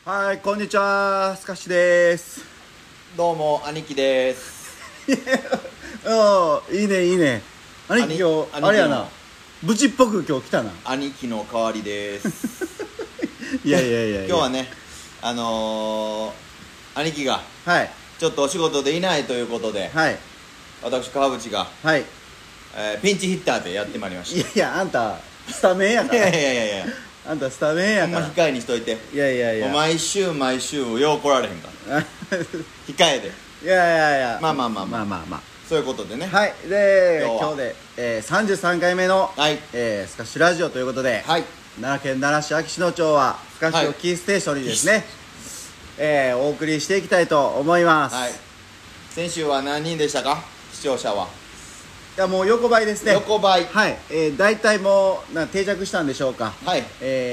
はい、こんにちは、すかしです。 どうも兄貴です。 いいね、いいね。兄貴今日、 兄貴のあれやな、ブチっぽく今日来たな。 兄貴の代わりです。 いやいやいやいや。 今日はね、兄貴がはい、 ちょっとお仕事でいないということで、 はい、 私川淵が、 はい。 ピンチヒッターでやってまいりましいやいや、あんた、スタメンやた。 から。 いやいやいやいや、 あんたスタメンやから。 ほんま控えにしといて。 いやいやいや。 もう毎週よう来られへんから控えで。 いやいやいや。 まあまあまあまあまあまあ。 そういうことでね。 はい、で、 今日は今日で、33回目の、 はいスカッシュラジオということで、 はい。 奈良県奈良市安芸市の町はスカッシュをキーステーションにですね、お送りしていきたいと思います。 はい。先週は何人でしたか、視聴者は。 いや、もう横ばいですね。 横ばい。 はい、大体もう定着したんでしょうか。 はい。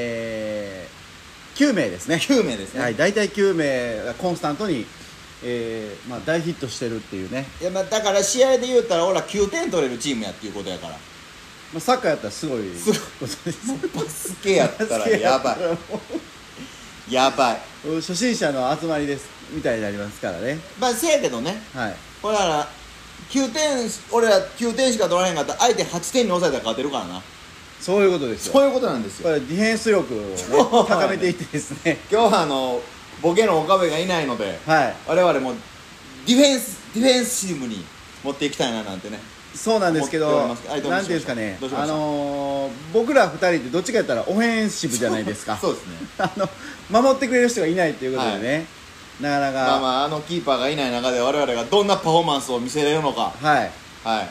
9名ですね。 9名ですね。 はい、大体9名がコンスタントに、大ヒットしてるっていうね。 いや、まあだから試合で言うたら俺ら9点取れるチームやっていうことやから。 サッカーやったらすごいすごいことです。 バスケやったらやばい。やばい。 初心者の集まりですみたいになりますからね。 まあせやけどね、 はい。 これだから9点、俺ら9点しか取らへんかったら相手8点に抑えたら勝てるからな。 そういうことですよ。 そういうことなんですよ。 これディフェンス力を、ね、高めていってですね。 今日はボケの岡部がいないので、 はい。 我々もディフェンシブに持っていきたいななんてね。 そうなんですけど、 思っております。 なんていうんですかね、 どうしました僕ら2人ってどっちかやったらオフェンシブじゃないですか。 そうですね。 守ってくれる人がいないということでね、なかなか、 まあキーパーがいない中で我々がどんなパフォーマンスを見せれるのか。 はい。 はい。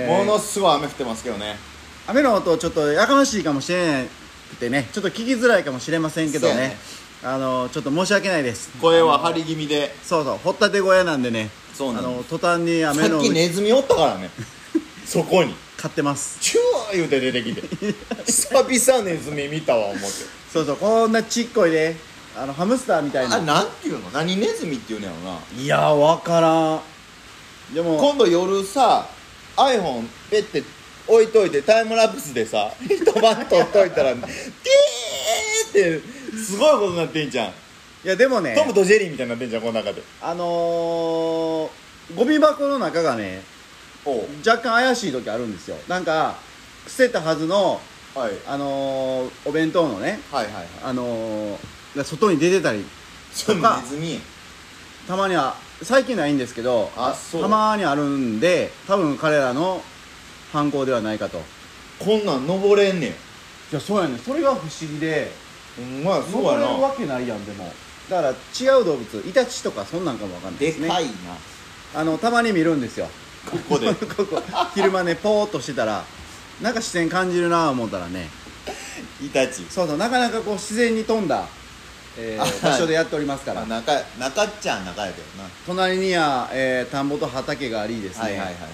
ものすごい雨降ってますけどね。 雨の音ちょっとやかましいかもしれなくてね、ちょっと聞きづらいかもしれませんけどね、ちょっと申し訳ないです。 声は張り気味で。 そうそう、掘ったて小屋なんでね、 そうなんです。 途端に雨のさっきネズミおったからね。そこに買ってます。 チュー言うて出てきて久々ネズミ見たわ思って。 そうそう、こんなちっこいで、ハムスターみたいな。 あれなんていうの、何ネズミっていうのやろな。 いやー、わからん。でも今度夜さ iPhone ペッて置いといてタイムラプスでさ一晩撮っといたらピーってすごいことになってんじゃん。 いやでもね、 トムとジェリーみたいになってんじゃんこの中で。 ゴミ箱の中がね、 おう、 若干怪しい時あるんですよ。なんか捨てたはずの、 はい、 お弁当のね、 はいはいはい、 が外に出てたりそのネズミ。 たまには、最近ないんですけど、 あ、そうたまにあるんで、多分彼らの犯行ではないかと。 こんなん登れんねん。 いや、そうやねん、それが不思議で、 ほんまや、そう登れるやな。 わけないやん。でもだから違う動物、イタチとかそんなんかもわかんないですね。 でかいなたまに見るんですよ、 ここでここ昼間ね、ポーっとしてたらなんか視線感じるなぁ思ったらね、 イタチ。 そうそう、なかなかこう自然に富んだ、場所でやっておりますから。 中っちゃ中やけどな。 隣には、田んぼと畑がありですね、 はいはいはいはい。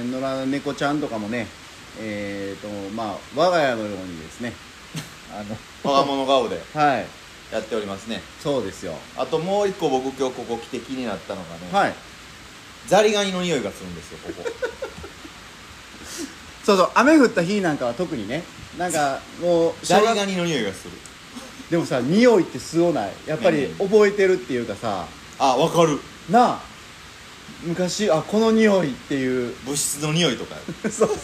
野良猫ちゃんとかもね、まあ我が家のようにですね若者顔ではい、 やっておりますね。 そうですよ。 あともう一個僕今日ここ来て気になったのがね、 はい、 ザリガニの匂いがするんですよここそうそう、雨降った日なんかは特にね、なんかもうザリガニの匂いがする。 でもさ、匂いってすごない、やっぱり覚えてるっていうかさ、 あ、わかる。 なあ、昔、この匂いっていう物質の匂いとかそうそう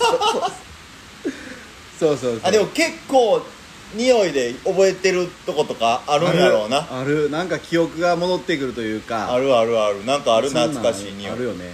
そうそう。 あ、でも結構匂いで覚えてるとことかあるんやろうな。 ある、なんか記憶が戻ってくるというか、 あるあるある、なんかある、 そんなん懐かしい匂いあるよね。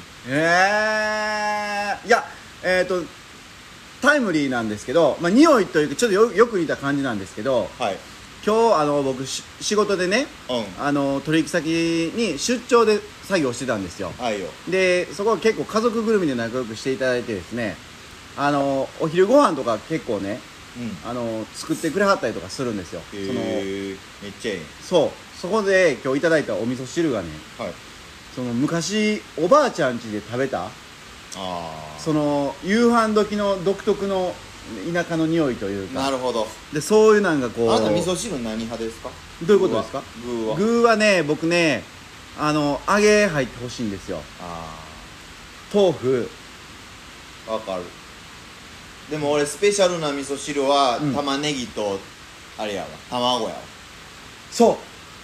いや、タイムリーなんですけど、まあ、匂いというかちょっとよく似た感じなんですけど、 はい。 今日僕仕事でね、取引先に出張で作業してたんですよ。 はいよ。 でそこは結構家族ぐるみで仲良くしていただいてですね、お昼ご飯とか結構ね、作ってくれはったりとかするんですよ。 めっちゃいい。 そこで今日いただいたお味噌汁がね、 はい。 その昔おばあちゃん家で食べたその夕飯時の独特の田舎の匂いというか。 なるほど。 でそういうなんかこう、 あなた味噌汁何派ですか？ どういうことですか？具はね、僕ね、揚げ入ってほしいんですよ。豆腐。 わかる。でも俺スペシャルな味噌汁は玉ねぎとあれやわ、卵やわ。 そう、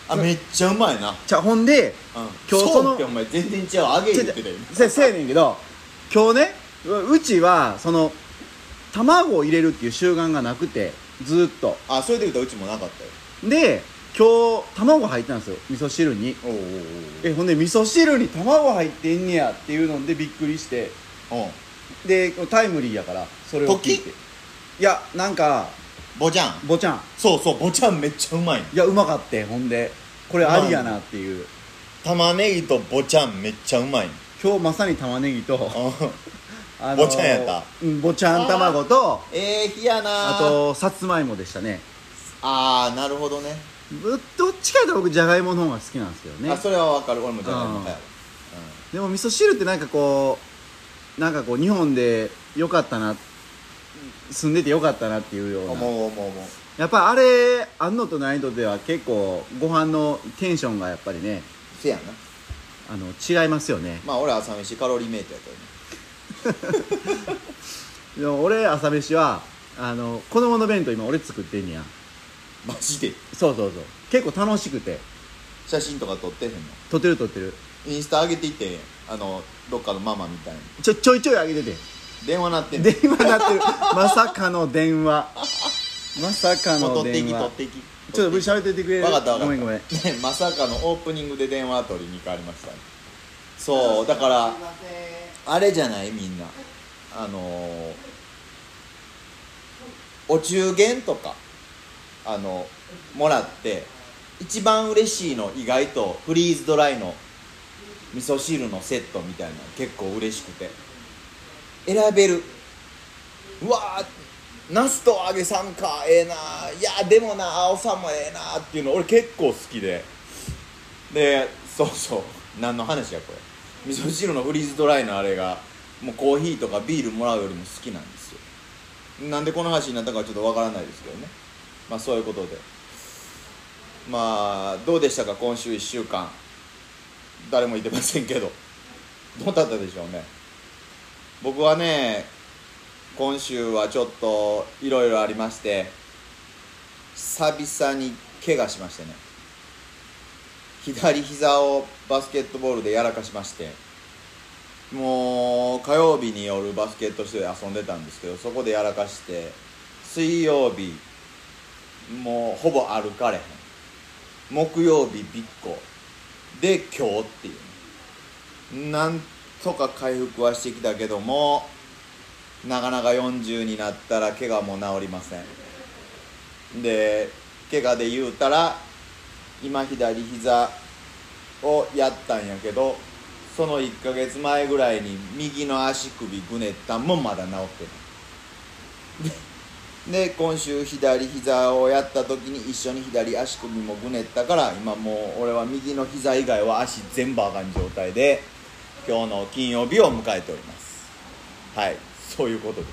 あ、めっちゃうまいな。 ほんで、 今日そのお前全然違う、揚げ言ってたよせやねんけど、今日ね、うちはその卵を入れるっていう習慣がなくて、ずっと。 あ、それで言うとうちもなかったよ。 で、今日卵入ったんですよ、味噌汁に。ほんで味噌汁に卵入ってんねやっていうのでびっくりして、でタイムリーやからそれを聞いて、いや、なんかぼちゃん、そうそう、ぼちゃんめっちゃうまい。 いや、うまかって。ほんでこれありやなっていう。 玉ねぎとぼちゃんめっちゃうまい。 今日まさに玉ねぎとぼちゃんやった。 ぼちゃん卵と、 日やな。 あとさつまいもでしたね。 ああ、なるほどね。 どっちかというと僕じゃがいもの方が好きなんですけどね。 あ、それはわかる。俺もじゃがいもやわ。 でも味噌汁ってなんかこう日本でよかったな、住んでてよかったなっていうような。 思う。 やっぱあれあんのとないのでは結構ご飯のテンションがやっぱりね、 せやな、 違いますよね。 まあ俺朝飯カロリーメイトやったよね。 でも俺朝飯は子供の弁当今俺作ってんねや。 マジで？ そう結構楽しくて。 写真とか撮ってへんの？ 撮ってる。 インスタ上げていってどっかのママみたいにちょい上げてて。 電話鳴ってんの？ 電話鳴ってる。まさかの電話。まさかの電話。 取ってきちょっと喋っててくれる？ 分かったごめんね、まさかのオープニングで電話取りに行かれましたね。そうだからあれじゃない、みんなお中元とかもらって一番嬉しいの、意外とフリーズドライの味噌汁のセットみたいな、結構嬉しくて選べる。うわー、ナスと揚げさんか、ええな、いやでもな青さんもええなっていうの俺結構好きで、そう何の話やこれ。味噌汁のフリーズドライのあれがもうコーヒーとかビールもらうよりも好きなんですよ。なんでこの話になったかちょっとわからないですけどね。まあそういうことで、まあどうでしたか今週1週間。誰もいてませんけどどうだったでしょうね。僕はね、今週はちょっといろいろありまして、久々に怪我しましてね、左膝をバスケットボールでやらかしまして、もう火曜日に夜バスケットして遊んでたんですけど、そこでやらかして、水曜日もうほぼ歩かれへん、木曜日びっこで今日っていうね、なんとか回復はしてきたけども、なかなか40になったら怪我も治りません。で怪我で言うたら今左膝をやったんやけど、その1ヶ月前ぐらいに右の足首ぐねったんもまだ治ってないで今週左膝をやった時に一緒に左足首もぐねったから、今もう俺は右の膝以外は足全部あかん状態で今日の金曜日を迎えております。はい、そういうことです。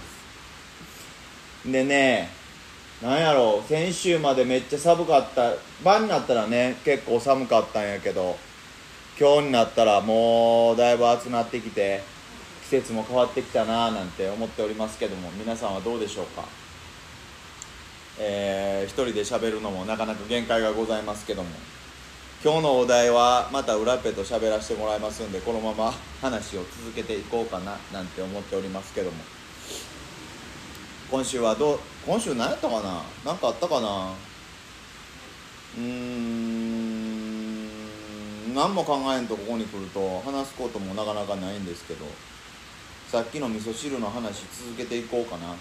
でね、なんやろう、先週までめっちゃ寒かった、晩になったらね結構寒かったんやけど、今日になったらもうだいぶ暑くなってきて季節も変わってきたなぁなんて思っておりますけども、皆さんはどうでしょうか。一人で喋るのもなかなか限界がございますけども、今日のお題はまた裏っぺと喋らせてもらいますんで、このまま話を続けていこうかななんて思っておりますけども、今週は今週何やったかな、何かあったかな。何も考えんとここに来ると話すこともなかなかないんですけど、さっきの味噌汁の話続けていこうかな。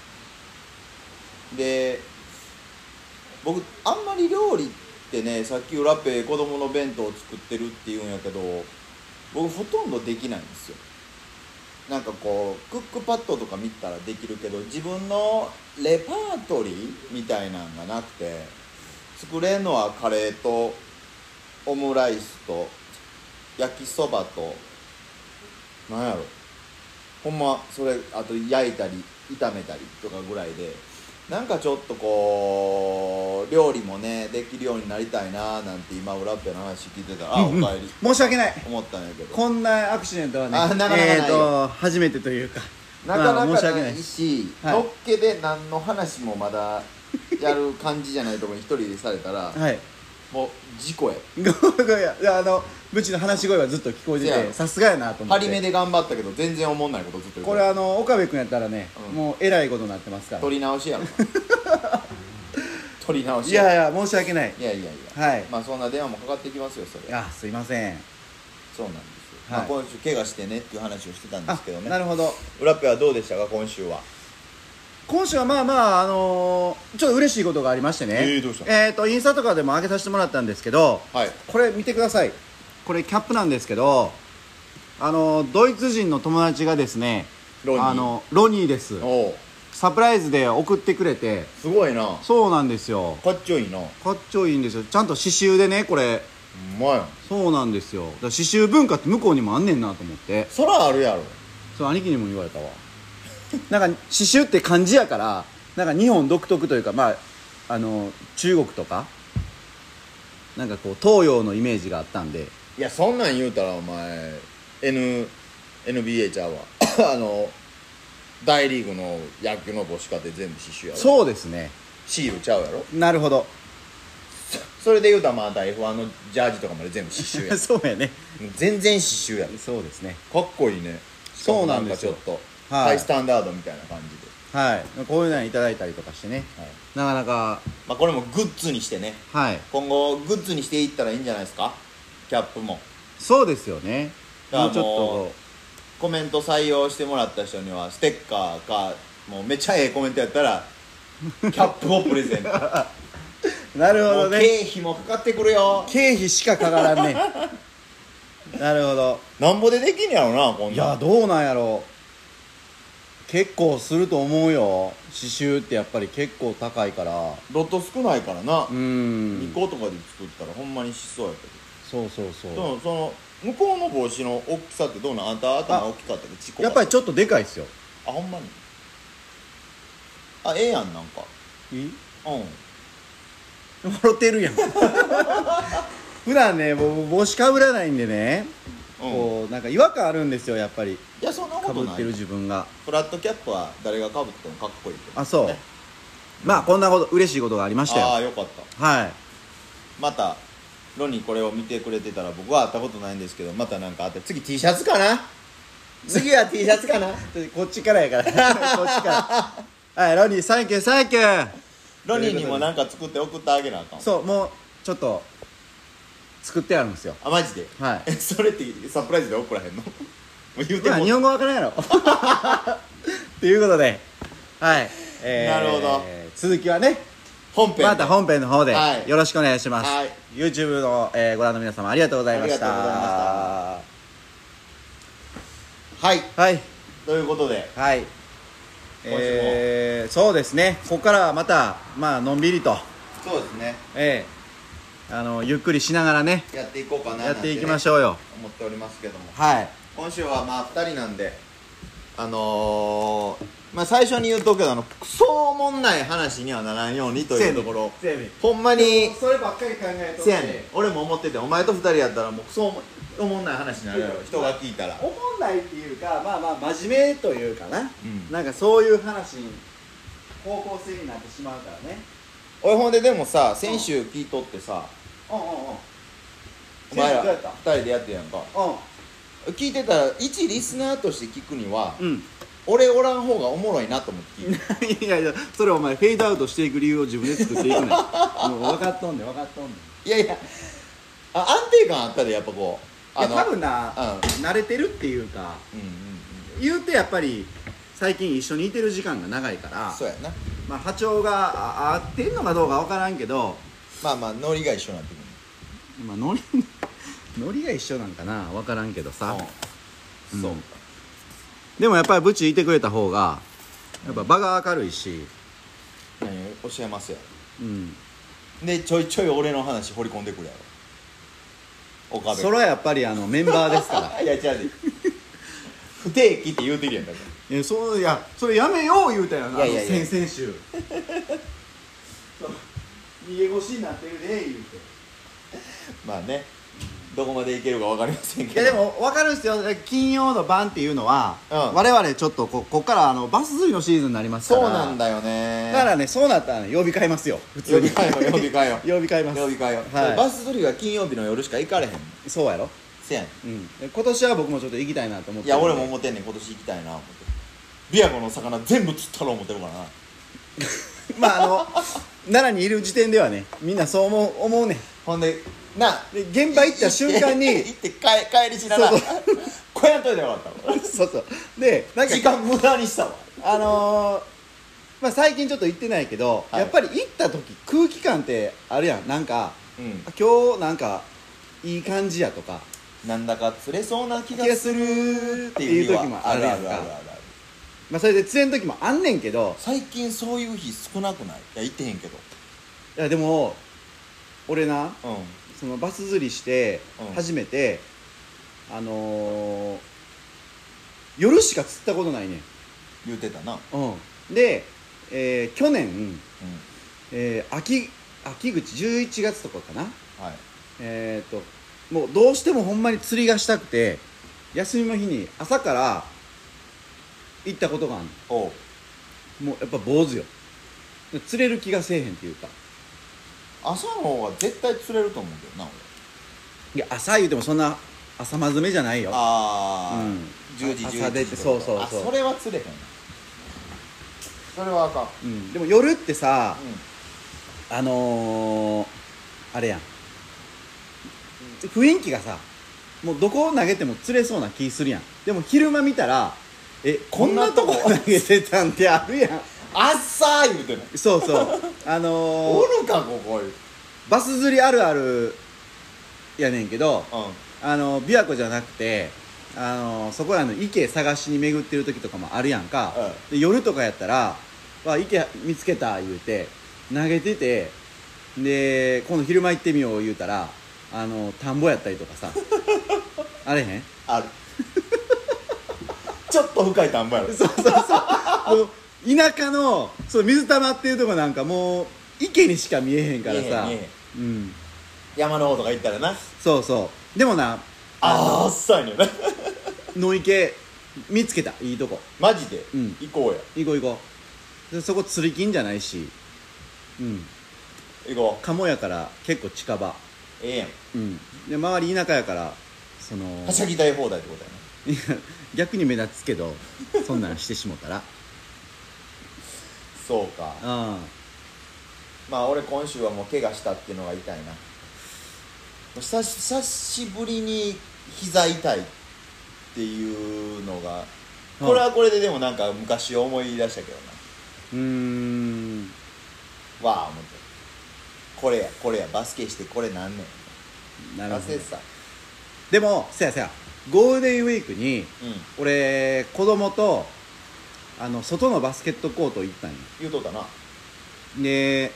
で僕あんまり料理ってね、さっき裏っぺ子供の弁当を作ってるって言うんやけど、僕ほとんどできないんですよ。なんかこうクックパッドとか見たらできるけど、自分のレパートリーみたいなんがなくて、作れんのはカレーとオムライスと焼きそばとなんやろ、ほんまそれ、あと焼いたり炒めたりとかぐらいで、なんかちょっとこう料理もねできるようになりたいななんて今裏っぺの話聞いてたら、おかえり申し訳ない思ったんやけど、 こんなアクシデントはねなかなかないよ、 初めてというかなかなか申し訳ないないし、 はい、 のっけで何の話もまだやる感じじゃないところに一人でされたら、 はい、 もう事故や。 いやブチの話し声はずっと聞こえてて、さすがやなと思って。 張り目で頑張ったけど全然思んないことずっと言ってこれ岡部君やったらね、もうえらいことになってますから。 取り直しやろ取り直しいやいや申し訳ない。 いやはい、まあそんな電話もかかってきますよ、それ。 すいません。 そうなんですよ、まあ、今週怪我してねっていう話をしてたんですけどね。 なるほど。 裏っぺはどうでしたか、今週は。 今週はまあまあちょっと嬉しいことがありましてね。 どうした？ インスタとかでも上げさせてもらったんですけど、 はい、 これ見てください。これキャップなんですけど、ドイツ人の友達がですね、ロニーです。サプライズで送ってくれて。 すごいな。 そうなんですよ。 かっちょいいな。 かっちょいいんですよ。ちゃんと刺繍でね、これ。 うまい。 そうなんですよ。だから刺繍文化って向こうにもあんねんなと思って。 そらあるやろ。 そう、兄貴にも言われたわなんか刺繍って漢字やから、なんか日本独特というか、まあ中国とかなんかこう東洋のイメージがあったんで。 いや、そんなん言うたらお前 NBA ちゃうわ大リーグの野球の母子家って全部刺繍やろ。 そうですね。 シールちゃうやろ。 なるほど。 それで言うたらまあ大ファンのジャージとかまで全部刺繍やそうやね。 全然刺繍やろ。 そうですね。 かっこいいね。しかもなんかちょっとハイスタンダードみたいな感じで。 はい、こういうのいただいたりとかしてね、はい、なかなか、 まあ、これもグッズにしてね、はい、今後グッズにしていったらいいんじゃないですか、キャップも。 そうですよね。 もうちょっとコメント採用してもらった人にはステッカーか、もうめっちゃええコメントやったらキャップをプレゼントなるほどね。 経費もかかってくるよ。 経費しかかからんねなるほど。 なんぼでできんやろな、こんなん。 いや、どうなんやろう。結構すると思うよ。刺繍ってやっぱり結構高いから。 ロット少ないからな。2個とかで作ったらほんまにしそうやけど。 そうその向こうの帽子の大きさってどうなん？あんた頭大きかったけどちっこかった？ やっぱりちょっとでかいっすよ。 あ、ほんまに。あ、ええやん。なんかいい？ うん笑ってるやん普段ね、僕帽子かぶらないんでね、こうなんか違和感あるんですよ、やっぱり。 いや、そんなことない。 かぶってる自分が。 フラットキャップは誰がかぶってもかっこいいけど、ね、 そう。まあこんなこと嬉しいことがありましたよ。 ああ、よかった。 はい。 またロニーこれを見てくれてたら、僕は会ったことないんですけど、またなんかあって、次 T シャツかな次は T シャツかなこっちからやからこっちからはい、ロニーサンキューサンキュー。 ロニーにもなんか作って送ってあげなあかん。 そう、もうちょっと作ってあるんですよ。 あ、マジで？ はい。 それってサプライズで送らへんの？もう言うても日本語わからんやろっていうことで、はい、 なるほど。 続きはね、 本編また本編の方でよろしくお願いします。 はい、 YouTube の、ご覧の皆様ありがとうございました。 ありがとうございました。はい、 はい、 ということで、 はい、そうですね、ここからはまた、まあのんびりと、 そうですね、 ゆっくりしながらね、 やっていこうかな、ね、 やっていきましょうよ、 思っておりますけども、 はい、 今週はまあ2人なんで、まあ最初に言うとくけど、クソおもんない話にはならんようにというところ、ほんまにそればっかり考えとって、 せやねん、俺も思ってて、お前と2人やったらもうクソおもんない話になるやろ、人が聞いたら。 おもんないっていうか、まあまあ真面目というかな、なんかそういう話に方向性になってしまうからね。 俺ほんで、でもさ、先週聞いとってさ、お前ら2人でやってるやんか、聞いてたら、一リスナーとして聞くには、俺おらん方がおもろいなと思って聞いていやいや、それお前フェードアウトしていく理由を自分で作っていくねんもう分かっとんねん分かっとんねん。 いやいや、安定感あったで、やっぱこう、 いや多分な、慣れてるっていうか、言うてやっぱり最近一緒にいてる時間が長いから、 そうやな、 まあ波長が合ってんのかどうか分からんけど、 まあまあノリが一緒になってくる、 まあノリが一緒なんかな分からんけどさ、 そうでもやっぱりブチいてくれた方がやっぱ場が明るいし、 何おっしゃいますよ、でちょいちょい俺の話掘り込んでくるやろ、岡部。 それはやっぱりメンバーですからいや違うで不定期って言うてるやんだから。 いやそれやめよう言うたよな、先々週逃げ腰になってるで言うて。 まあね、 どこまでいけるか分かりませんけど。 いやでも分かるんですよ。金曜の晩っていうのは、 うん、 我々ちょっとこっからバス釣りのシーズンになりますから。 そうなんだよね。 だからね、そうなったらね、曜日変えますよ。普通に曜日変えよう、曜日変えよう。 曜日変えます。 曜日変えよう、はい、バス釣りは金曜日の夜しか行かれへん。 そうやろ。 せやねん、うん、今年は僕もちょっと行きたいなと思ってる。 いや俺も思ってんねん、今年行きたいな思って。琵琶湖の魚全部釣ったろう思ってるからな。 まあ奈良にいる時点ではね、みんなそう思うねん。 ほんでな、 で現場行った瞬間に行って帰りしながら小屋んといてよかったもん。 そうそう。でなんか時間無駄にしたわ。 まあ最近ちょっと行ってないけど、はい、やっぱり行った時空気感ってあるやん。なんか、うん、今日なんかいい感じやとか、 なんだか釣れそうな気がするっていう時もあるやんか。 まあそれで釣れん時もあんねんけど、 最近そういう日少なくない？いや行ってへんけど。 いやでも俺な、 うん、 そのバス釣りして初めて、夜しか釣ったことないねん。 言うてたな。 うん。で、去年、うん、秋口11月とかかな、はい、もうどうしてもほんまに釣りがしたくて、休みの日に朝から行ったことがあるの。もうやっぱ坊主よ。釣れる気がせえへんっていうか、 朝の方が絶対釣れると思うけどな俺。 いや朝言うてもそんな朝まずめじゃないよ。 ああ、うん、10時朝出て、そうそうそう。 それは釣れへん。それはあかん、 うん、でも夜ってさ、うん、あれやん、雰囲気がさ、もうどこを投げても釣れそうな気するやん。でも昼間見たら、こんなとこ投げてたんってあるやん。 あっさー言うてない。 そうそうおるかここ。 バス釣りあるあるやねんけど、うん、琵琶湖じゃなくてそこらの池探しに巡ってる時とかもあるやんか、うん、で夜とかやったら池見つけた言うて投げてて、で今度昼間行ってみよう言うたら田んぼやったりとかさあれへん？ あるちょっと深い田んぼやろ。 そうそうそうもう田舎のそう水溜まってるとこなんかもう池にしか見えへんからさ、うん、 山の方とか行ったらな。 そうそう。でもな、 あっさいね野池見つけた、いいとこ。 マジで、 うん、 行こうや。 行こう行こう。でそこ釣り金じゃないし、うん、 行こう。 鴨やから結構近場。 やん。 うん。で周り田舎やからはしゃぎたい放題ってことやな。 いや逆に目立つけどそんなんしてしもたらそうか。 うん。 まあ俺今週はもう怪我したっていうのが痛いな。久しぶりに膝痛いっていうのが、これはこれででもなんか昔を思い出したけどな。わあ思って、これやバスケしてこれなんねん。 なるほど。 忘れてた。 でもせやゴールデンウィークに、俺子供と外のバスケットコート行ったんよ。 言うとったな。 で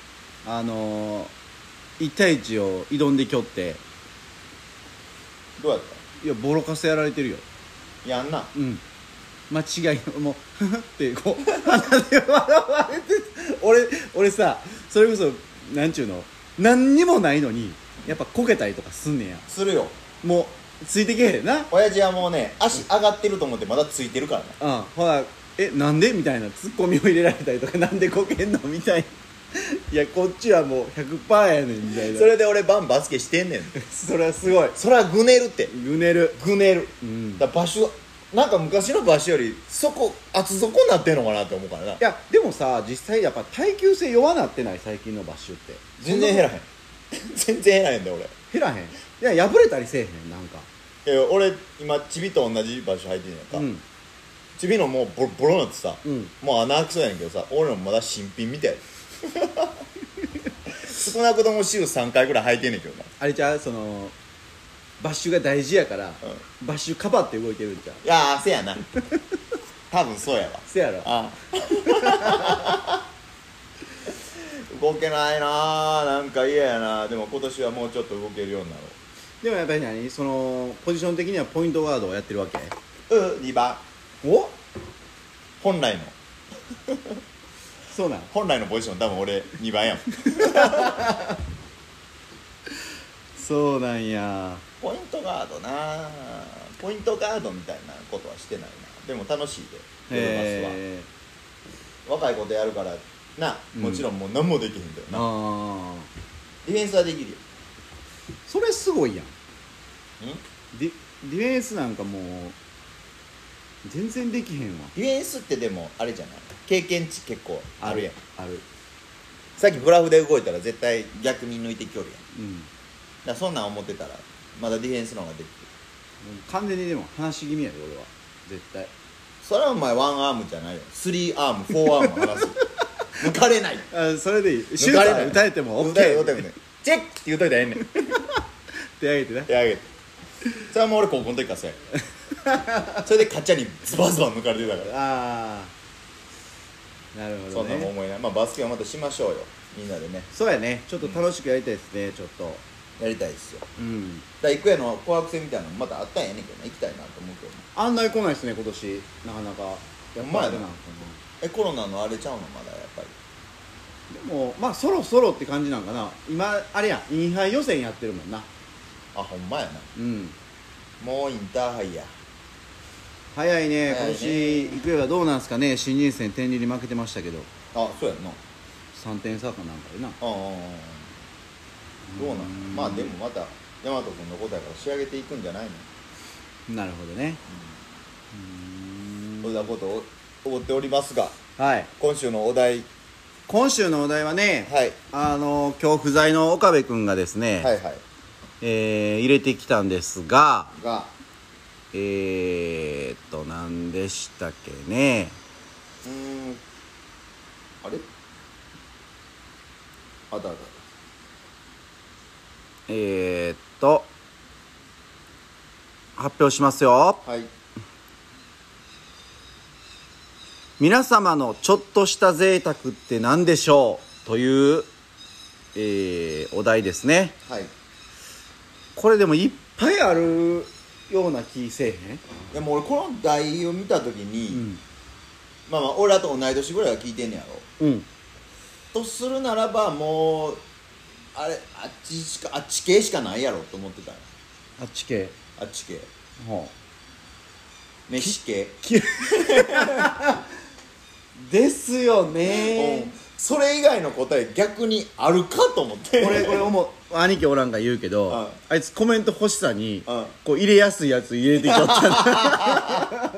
1対1を挑んできょって。 どうやった？ いやボロカスやられてるよ。 やんな。 うん。間違いもうふふってこう鼻で笑われて俺さ、それこそなんちゅうの、何にもないのにやっぱこけたりとかすんねや。 するよ。 もうついてけへんな。 親父はもうね、足上がってると思ってまだついてるからね。うん。ほらなんでみたいなツッコミを入れられたりとか、なんでこけんのみたいな。いやこっちはもう 100% やねんみたいな。 それで俺バスケしてんねんそれはすごい。 それはぐねるって。 ぐねる、 うん、だ場所なんか昔の場所より厚底になってんのかなって思うからな。 いやでもさ、実際やっぱ耐久性弱なってない？最近のバッシュって全然減らへん全然減らへんで俺。 減らへん。いや破れたりせえへん。なんか俺今チビと同じ場所履いてんやんか、うん、チビのもうボロなってさ、うん、もう穴開きそうやねんけどさ、俺のまだ新品みたい少なくとも週3回ぐらい履いてんねんけどな。 あれちゃう、バッシュが大事やから、うん、バッシュかばって動いてるんちゃう？ いやーせやな多分そうやわ。 せやろ。 動けないな、なんか嫌やな。でも今年はもうちょっと動けるようになろう。 でもやっぱりポジション的にはポイントガードをやってるわけ ？2番。 お本来のそうなん。 本来のポジション多分俺2番やもんそうなんや。 ポイントガードな、ポイントガードみたいなことはしてないな。でも楽しいでやりますわ。若い子とやるからな、もちろんもう何もできへんけどな、ディフェンスはできるよ。 それすごいやん。ディフェンスなんかもう全然できへんわ。 ディフェンスってでもあれじゃない、経験値結構あるやん。 ある。 さっきブラフで動いたら絶対逆に抜いてきよるやん。 だからそんなん思ってたらまだディフェンスの方ができる。 完全にでも離し気味やで俺は絶対。 それはお前ワンアームじゃないよ、3アーム4アーム離す抜かれない。 それでいい。シュートは打たれても OK。 チェックって言うといたらええねん。 手上げてな。 手上げて。それはもう俺高校の時からそうや。それでカッチャにズバズバ抜かれてたから。 ああ、なるほどね。 そんなもん思いない。まあバスケはまたしましょうよ、みんなでね。 そうやね、ちょっと楽しくやりたいですね、ちょっとやりたいですよ。 うん。 だ育英の紅白戦みたいなのまたあったんやねんけどね、行きたいなと思うけど。 案内来ないですね今年、なかなか。やっぱりなんかな。 コロナのあれちゃうのまだやっぱり。 でもまあそろそろって感じなんかな。今あれやん、インハイ予選やってるもんな。 あ、ほんまやな。 うん。 もうインターハイや。 早いね。 早いね。 今年育英はどうなんすかね。新人戦天理に負けてましたけどあ、そうやんな。 3点差かなんかでな。 どうなんまあでもまた大和君のことやから仕上げていくんじゃないの。 なるほどね。 そんなことを思っておりますが、 はい。 今週のお題。 今週のお題はね、 はい、 今日不在の岡部君がですね、 はいはい、 入れてきたんですが、何でしたっけね。 あれあったあった。 発表しますよ。 はい。 皆様のちょっとした贅沢って何でしょうという、お題ですね。 はい。 これでもいっぱいあるような気せえへん？ でも俺この題を見た時に、まあまあ俺らと同い年ぐらいは聞いてんねやろ。とするならばもうあれあっち系しかないやろと思ってた。 あっち系。 飯系ですよね。 それ以外の答え逆にあるかと思って。 これ兄貴おらんが言うけど、あいつコメント欲しさにこう入れやすいやつ入れてきちゃった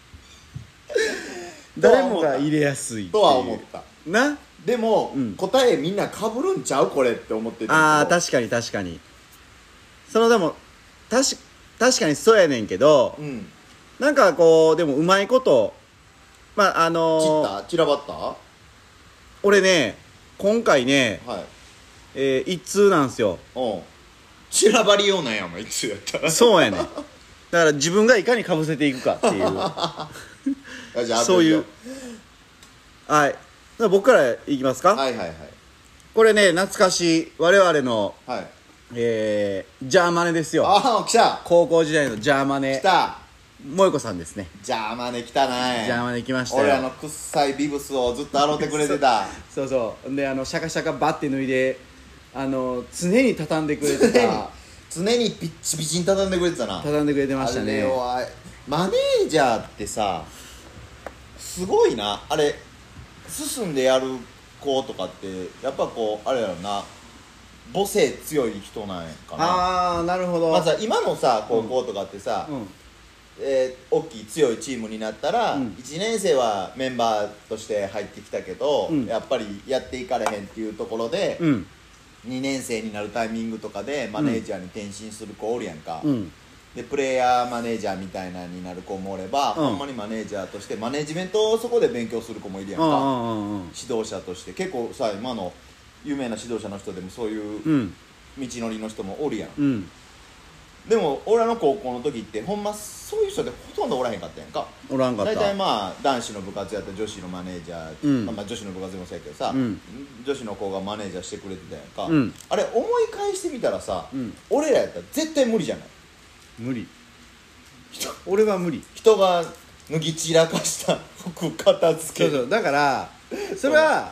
誰もが入れやすいとは思ったな。 でも、答えみんなかぶるんちゃうこれって思ってた。 ああ、確かにそのでも確かにそうやねんけど、なんかこうでもうまいことまあ散らばった俺ね今回ね、一通なんすよ。 散らばりようなんやもん、一通やったら。 そうやねん。だから自分がいかにかぶせていくかっていうそういう。はい、僕からいきますか。これね懐かしい我々の、ジャーマネですよ。 来た。 高校時代のジャーマネ。 来た。 萌子さんですね。 ジャーマネ来たね。 ジャーマネ来ましたよ。 俺くっさいビブスをずっと洗ってくれてた。 そうそうでシャカシャカバッて脱いで常に畳んでくれてた。 常にピッチピチに畳んでくれてたな。 畳んでくれてましたね。 マネージャーってさすごいな。あれ進んでやる子とかってやっぱこうあれやろな、母性強い人なんやかな。 ああ、なるほど。 まず今のさ高校とかってさ、大きい強いチームになったら、1年生はメンバーとして入ってきたけど、やっぱりやっていかれへんっていうところで、2年生になるタイミングとかでマネージャーに転身する子おるやんか、でプレイヤーマネージャーみたいなになる子もおれば、ほんまにマネージャーとしてマネジメントをそこで勉強する子もいるやんか、指導者として結構さ、今の有名な指導者の人でもそういう道のりの人もおるやん、でも俺らの高校の時ってほんまそういう人でほとんどおらへんかったやんか。 おらんかった。 大体まあ男子の部活やったら女子のマネージャー、まあ女子の部活でもそうやけどさ、女子の子がマネージャーしてくれてたやんか、あれ思い返してみたらさ、俺らやったら絶対無理じゃない。 無理。俺は無理。 人が脱ぎ散らかした服片付け。 そうだからそれは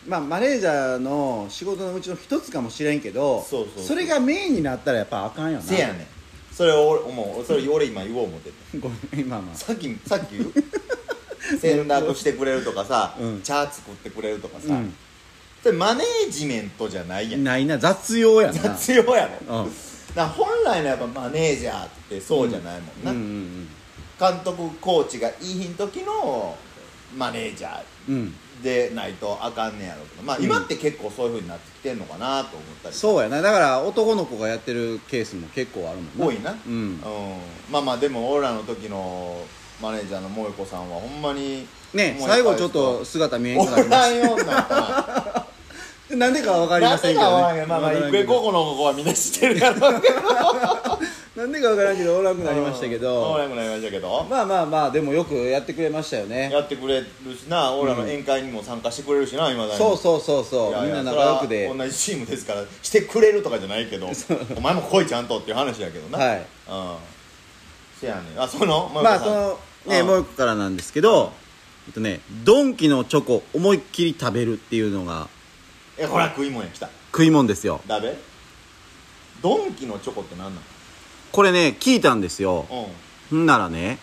まあマネージャーの仕事のうちの一つかもしれんけど、それがメインになったらやっぱあかんよな。 せやねん。それ俺今言おう思ってて。 ごめん、今さっき言う洗濯してくれるとかさ、 うん、 茶作ってくれるとかさ、それマネージメントじゃないやん。 ないな、雑用やな。 雑用やろ、だから本来のやっぱマネージャーってそうじゃないもんな、監督コーチがいい時のマネージャーでないとあかんねやろうけど、まあ今って結構そういう風になってきてんのかなと思ったり、 そうやな。だから男の子がやってるケースも結構あるもんな。 多いな。まあまあでも俺らの時のマネージャーの萌子さんはほんまにね、最後ちょっと姿見えんくなりました。 おらんようになったなんでかわかりませんけどね。 まあまあ郁恵高校の子はみんな知ってるやろうけどなんでかわからんけどおらんくなりましたけど、 おらんくなりましたけど、 まあまあまあでもよくやってくれましたよね。 やってくれるしな、俺らの宴会にも参加してくれるしな、今だに。 そうみんな仲良くで同じチームですからしてくれるとかじゃないけどお前も来いちゃんとっていう話やけどな。はい。せやねん。まあそのね、もう一個からなんですけど、ドンキのチョコ思いっきり食べるっていうのが、 これは食い物や。来た。 食い物ですよ。 だべドンキのチョコって何なの？ これね、聞いたんですよ。んならね、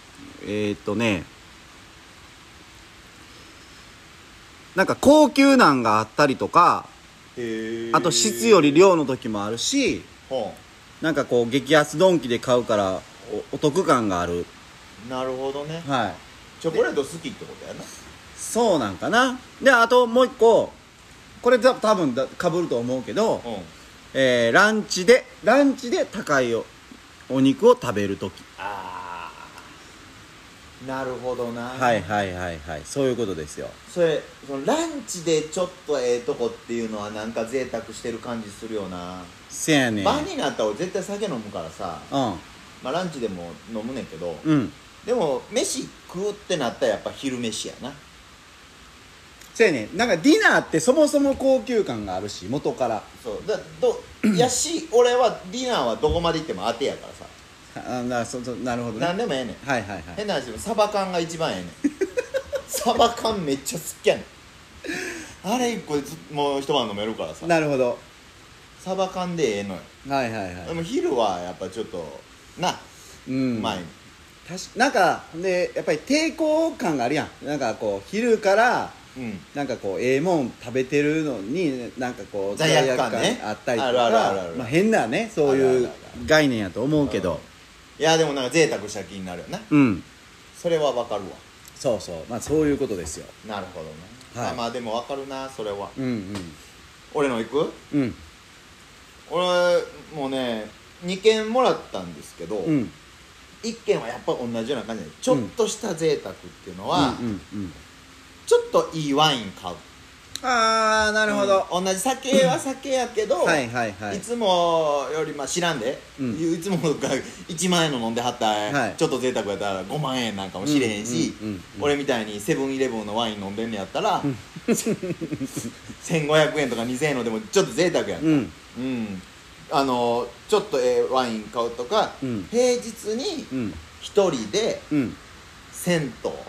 なんか高級なんがあったりとか、あと質より量の時もあるし、なんかこう激安ドンキで買うからお得感がある。 なるほどね。 はい。 チョコレート好きってことやな。 そうなんかな。で、あともう一個、これ多分かぶると思うけど、ランチで高いお肉を食べるとき。 なるほどな。 はいそういうことですよ。 そのランチでちょっととこっていうのはなんか贅沢してる感じするよな。 せやねん。 晩になったら俺絶対酒飲むからさ、まあランチでも飲むねんけど、でも飯食うってなったらやっぱ昼飯やな。 そうやねん。なんかディナーってそもそも高級感があるし、元から。 そうやし俺はディナーはどこまで行っても当てやからさ。 なるほどね。 何でもええねん。変な話でもサバ缶が一番ええねんサバ缶めっちゃ好きやねん。あれ一個でもう一晩飲めるからさ。 なるほど。 サバ缶でええのよ。でも昼はやっぱちょっと前になんかでやっぱり抵抗感があるやん。なんかこう昼からなんかこうもん食べてるのになんかこう罪悪感あったりとか、まあ変なね、そういう概念やと思うけど、 いやでもなんか贅沢した気になるよな。それはわかるわ。 そうまあそういうことですよ。 なるほどね。まあでもわかるな、それは。俺の行く？俺もうね2件もらったんですけど、1件はやっぱ同じような感じでちょっとした贅沢っていうのはちょっといいワイン買う。 なるほど。 同じ酒は酒やけど、いつもより知らんで、いつもが1万円の飲んではったら、ちょっと贅沢やったら5万円なんかもしれへんし、俺みたいにセブンイレブンのワイン飲んでんのやったら1500円とか2000円のでもちょっと贅沢やんか。ちょっとワイン買うとか、平日に一人で銭湯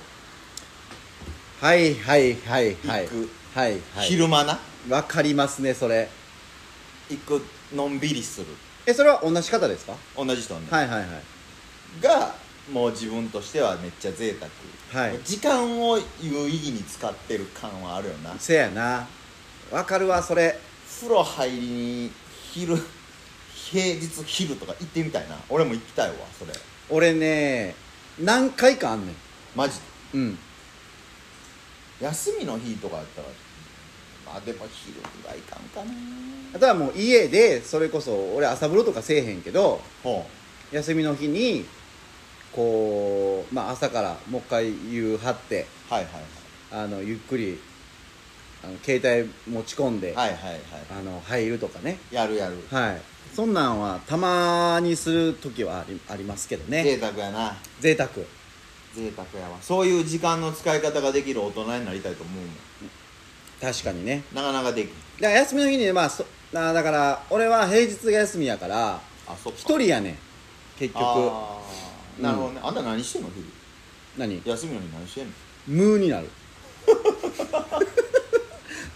行く。昼間な。 わかりますね、それ。 行く、のんびりする。 それは同じ方ですか？ 同じ人ね。がもう自分としてはめっちゃ贅沢。時間を有意義に使ってる感はあるよな。 せやな。わかるわ、それ。 風呂入りに平日昼とか行ってみたいな。俺も行きたいわ、それ。 俺ね何回かあんねん。 マジで？休みの日とかやったらでも昼ぐらいかんかな。 あとはもう家でそれこそ俺朝風呂とかせえへんけど、休みの日にこう朝からもう一回湯張ってゆっくり携帯持ち込んで入るとかね。 やる。 そんなんはたまにする時はありますけどね。 贅沢やな。 贅沢やわ。そういう時間の使い方ができる大人になりたいと思うもん。 確かにね。 なかなかできん。 だから休みの日にだから俺は平日が休みやから一人やねん結局。 なるほどね。あんた何してんの日々？ 何？ 休みの日何してんの？ 無になる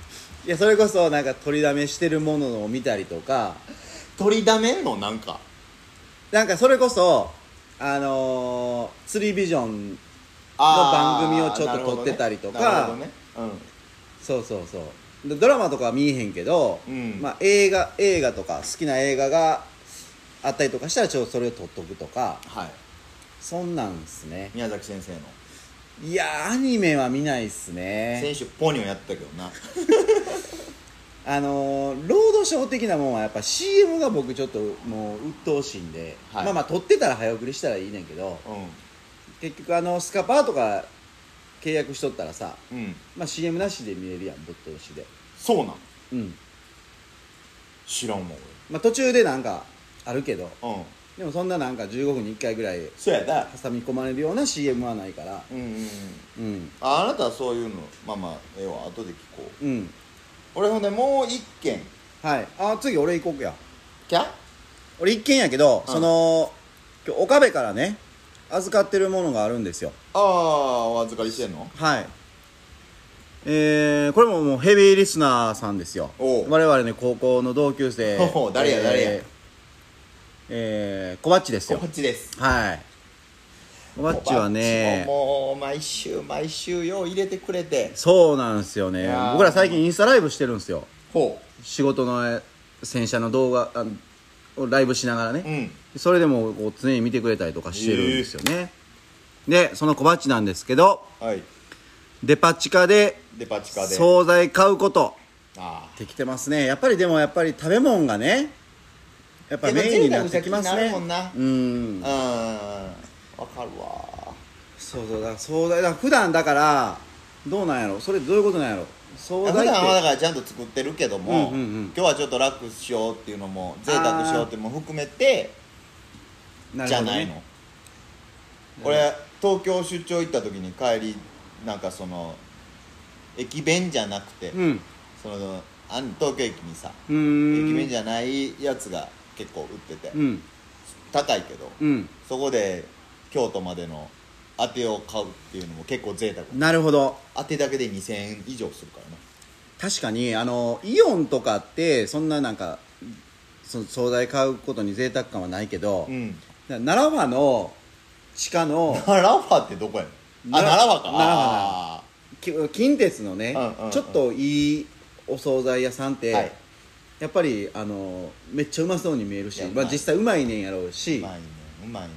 いやそれこそなんか取りだめしてるものを見たりとか、 取りだめんのなんかそれこそ釣りビジョンの番組をちょっと撮ってたりとか、 なるほどね、 そうそうそうでドラマとかは見えへんけど、まあ、映画とか好きな映画があったりとかしたらちょっとそれを撮っとくとか、 はい、 そんなんすね。 宮崎先生のいやアニメは見ないっすね。 先週ポニョやったけどなロードショー的なもんはやっぱ CM が僕ちょっともう鬱陶しいんで、はい、まあまあ撮ってたら早送りしたらいいねんけど、結局スカパーとか契約しとったらさ、まあ CM なしで見れるやん、ぶっ通しで。 そうなん？知らんもん俺。 まあ途中でなんかあるけど、でもそんななんか15分に1回ぐらいそうやな挟み込まれるような CM はないから。 あなたはそういうのまあまあ後で聞こう。俺ほんでもう一軒。 はい。次俺行こうや。 キャ？ 俺一軒やけど、今日岡部からね預かってるものがあるんですよ。 お預かりしてんの？ はい。これももうヘビーリスナーさんですよ。我々ね高校の同級生。 誰や小バッチですよ。 小バッチです。 はい。小バッチはねもう毎週よう入れてくれて。 そうなんですよね。僕ら最近インスタライブしてるんですよ。仕事の洗車の動画をライブしながらね、それでもこう常に見てくれたりとかしてるんですよね。でその小バッチなんですけど、デパ地下で惣菜買うことってきてますね。やっぱり食べ物がねやっぱメインになってきますね。 わかるわ。 そうだから惣菜だ普段だからどうなんやろ、それどういうことなんやろ。 普段はだからちゃんと作ってるけども、今日はちょっと楽しようっていうのも贅沢しようっていうのも含めてじゃないの。俺東京出張行った時に帰りなんか駅弁じゃなくて、東京駅にさ駅弁じゃないやつが結構売ってて、高いけど、そこで京都までの当てを買うっていうのも結構贅沢。 なるほど。 当てだけで2000円以上するからな。 確かにイオンとかってそんななんか惣菜買うことに贅沢感はないけど、奈良湾の地下の奈良湾ってどこやねん。奈良湾か。 奈良湾近鉄のね、ちょっといいお惣菜屋さんって、やっぱりめっちゃうまそうに見えるし、実際うまいねんやろうし。 うまいね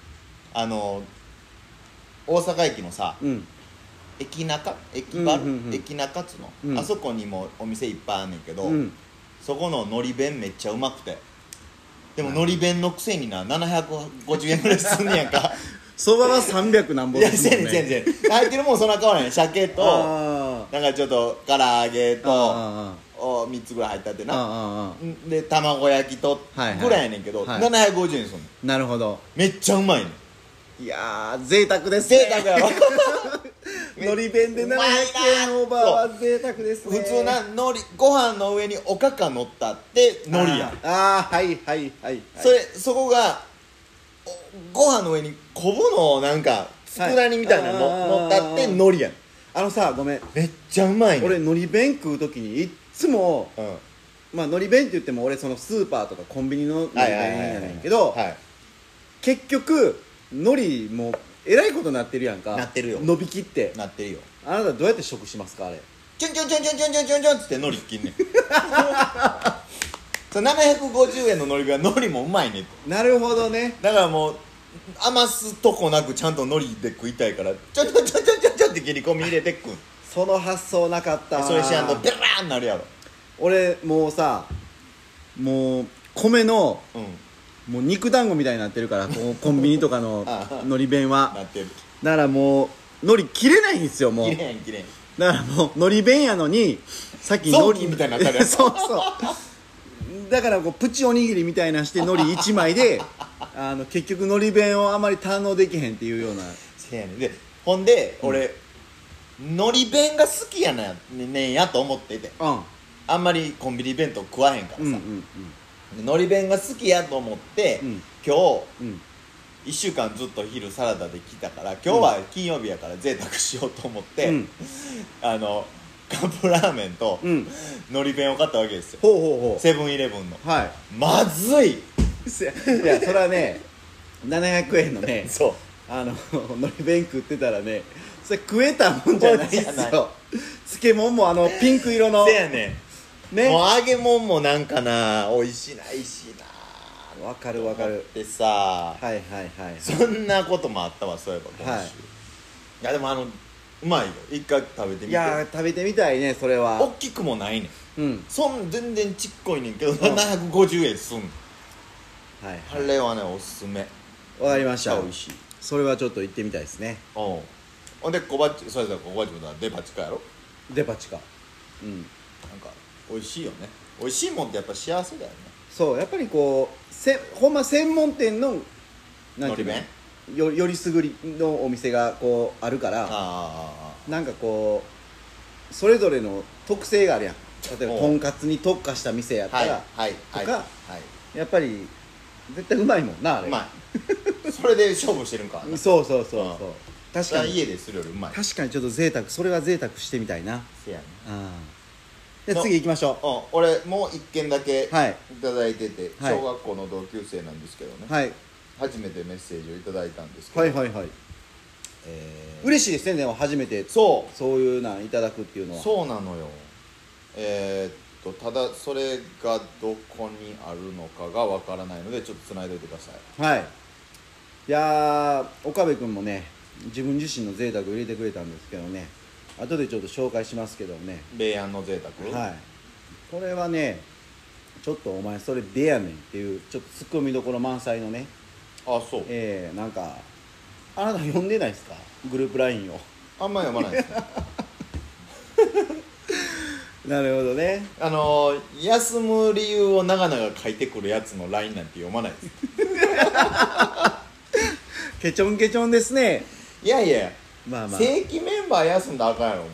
大阪駅のさ、駅中っつの、あそこにもお店いっぱいあんねんけど、そこの海苔弁めっちゃうまくて、でも海苔弁のくせにな750円ぐらいすんねやんか相場は300何本ですもんね。 全然入ってるもんそんな変わらない。鮭となんかちょっと唐揚げと3つぐらい入ったってな、で卵焼きとぐらいやねんけど、750円すんの。 なるほど。 めっちゃうまいねん。 いやー贅沢ですね。 贅沢やろ海苔弁で700円オーバーは贅沢ですね。 普通なご飯の上におかか乗ったって海苔やん。 はいそこがご飯の上に昆布のなんか佃煮みたいなの乗ったって海苔やん。 さごめんめっちゃうまいね。 俺海苔弁食う時にいっつもまあ海苔弁って言っても俺そのスーパーとかコンビニの海苔弁やねんけど、結局海苔もえらいことなってるやんか。 なってるよ。 伸びきってなってるよ。 あなたどうやって食しますかあれ。 ちょんちょんちょんちょんちょんちょんちょんちょんって海苔切んねん750円の海苔が海苔もうまいねん。 なるほどね。 だからもう余すとこなくちゃんと海苔で食いたいからちょんちょんちょんちょんちょんちょんって切り込み入れて食う。 その発想なかったわ。 それしやんとベラーンなるやろ。 俺もうさもう米のもう肉団子みたいになってるからコンビニとかの海苔弁はなってる。 だからもう海苔切れないんですよ。もう切れんだからもう海苔弁やのにさっき雑巾みたいになったやつそうだからこうプチおにぎりみたいなして海苔1枚で結局海苔弁をあまり堪能できへんっていうような。 せやねん。でほんで俺海苔弁が好きやねんやと思ってて、あんまりコンビニ弁当食わへんからさ、海苔弁が好きやと思って、今日、1週間ずっと昼サラダで来たから今日は金曜日やから贅沢しようと思って、 カップラーメンとうんのり弁を買ったわけですよ。 ほうほうほセブンイレブンのうはいまずい。 いやそれはね700円のねそうのり弁食ってたらねそれ食えたもんじゃないですそうじゃないよ漬物もピンク色のせやねんねもう揚げ物もなんかな美味しないしなわかるわかるでさはいはいはいそんなこともあったわそういえば今週、 はいいやでもうまいよ一回食べてみて。 いやー食べてみたいねそれは大きくもないねんうん全然ちっこいねんけど750円すんのはいあれはねおすすめ。 わかりました美味しい。 それはちょっと行ってみたいですねうんほんで小鉢それで小鉢もデパ地下やろ。 デパ地下うんなんか美味しいよね。美味しいもんってやっぱ幸せだよね。 そうやっぱりこうほんま専門店のなんていうののりよりすぐりのお店がこうあるからあなんかこうそれぞれの特性があるやん。例えばおうとんかつに特化した店やったら、 はいとかはいやっぱり絶対うまいもんなあれうまいそれで勝負してるんかな。 そうそうそうそう、 うん確かに家でするよりうまい。 確かにちょっとそれは贅沢してみたいな。 せやね。 で次行きましょ俺もう一軒だけいはいただいてて、 はい小学校の同級生なんですけどね、 うはい初めてメッセージをいただいたんですけど、 はいはいはい嬉しいですね。でも初めてそういうなんいただくっていうのはそうなのよ。ただそれがどこにあるのかがわからないのでちょっとつないでおいてください。 はい。いやー岡部君もね自分自身の贅沢を入れてくれたんですけどね後でちょっと紹介しますけどね米安の贅沢。 はいこれはねちょっとお前それでやねんっていうちょっとツッコミどころ満載のねあそうなんかあなた読んでないですかグループ LINE をあんま読まないですねなるほどね休む理由を長々書いてくるやつの LINE なんて読まないですケチョンケチョンですね。 いやいや、 まあまあ正規メンバー休んだらあかんやろ思って、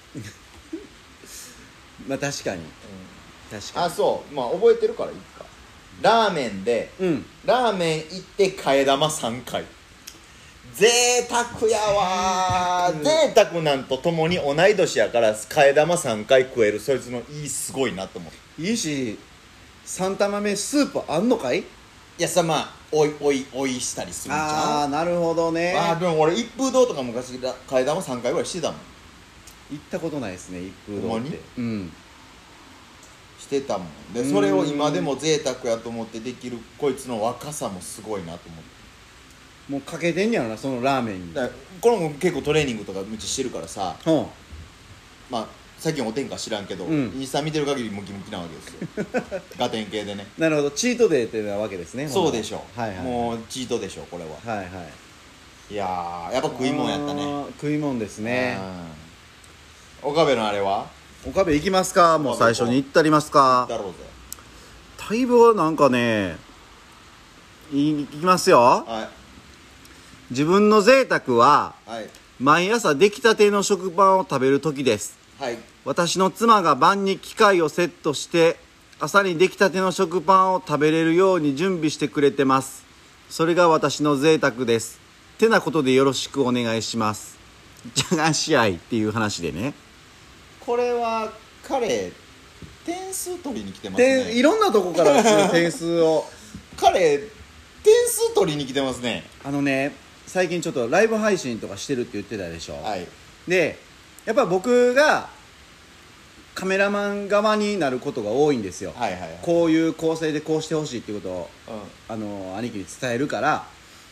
まあ確かに確かあそうまあ覚えてるからいいか。ラーメンでにうんラーメン行って替え玉3回贅沢やわー贅沢なんとともに同い年やから替え玉3回食えるそいつのいいすごいなと思う。 いいし3玉目スープあんのかい。 いやさまあおいしたりするんちゃう。 ああなるほどね。 でも俺一風堂とか昔替え玉3回ぐらいしてたもん。 行ったことないですね一風堂ほんまにってうんしてたもんで、それを今でも贅沢やと思ってできるこいつの若さもすごいなと思って。 もうかけてんやろなそのラーメンに。 だからこれも結構トレーニングとかめっちゃしてるからさ、 うんまあ最近お天下知らんけど、 うんインスタ見てる限りムキムキなわけですよガテン系でね。 なるほどチートデーっていうわけですね。 そうでしょ、 はいはいはいもうチートでしょこれは。 はいはいいやーやっぱ食いもんやったね。 あー食いもんですね。 岡部のあれは岡部行きますか。もう最初に行ったりますか。 だろうぜ。 待望はなんかね行きますよ。 は自分の贅沢はいはい毎朝出来たての食パンを食べる時です。 はい私の妻が晩に機械をセットして朝に出来たての食パンを食べれるように準備してくれてます。それが私の贅沢です。てなことでよろしくお願いします。じゃがし合いっていう話でね。 これは彼点数取りに来てますね。 いろんなとこから点数を彼点数取りに来てますね。 最近ちょっとライブ配信とかしてるって言ってたでしょ。 はいでやっぱ僕がカメラマン側になることが多いんですよ。 はいはいはい。 こういう構成でこうしてほしいっていうことをうん兄貴に伝えるから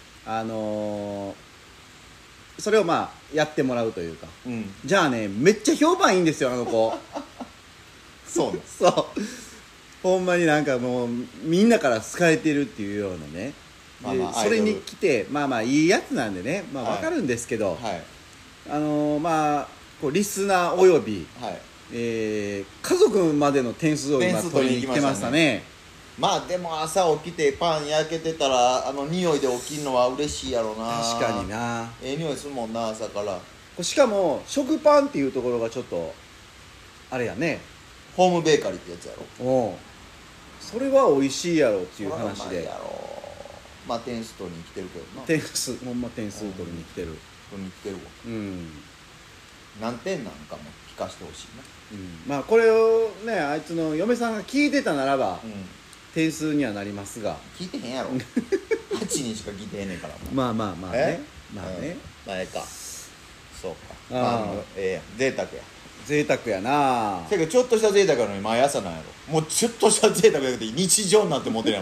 それをまあやってもらうというか、 うんじゃあねめっちゃ評判いいんですよあの子そうねそうほんまになんかもうみんなから好かれてるっていうようなね。 まあまあでそれに来てまあまあいいやつなんでねまあはいわかるんですけど、 はいまあこうリスナーおよびはい家族までの点数を今点数取りに来てましたね。 まあでも朝起きてパン焼けてたら匂いで起きるのは嬉しいやろな。 確かにな。 匂いするもんな朝から。 しかも食パンっていうところがちょっとあれやね。 ホームベーカリーってやつやろ。 おうそれは美味しいやろっていう話でそらうまいやろ。まあ点数取りに来てるけどな。 点数ほんま点数取りに来てる、 取りに来てるわ。 うん何点なんかも聞かせてほしいな。 まあこれをねあいつの嫁さんが聞いてたならば、 うん、 点数にはなりますが、 聞いてへんやろ8人しか聞いてへんねんからもう。 まあまあまあね、まあね、 まあええか。そうか。 あええやん、贅沢や。 贅沢やな。 けどちょっとした贅沢なのに毎朝なんやろ。もうちょっとした贅沢やけど日常になって思ってるやん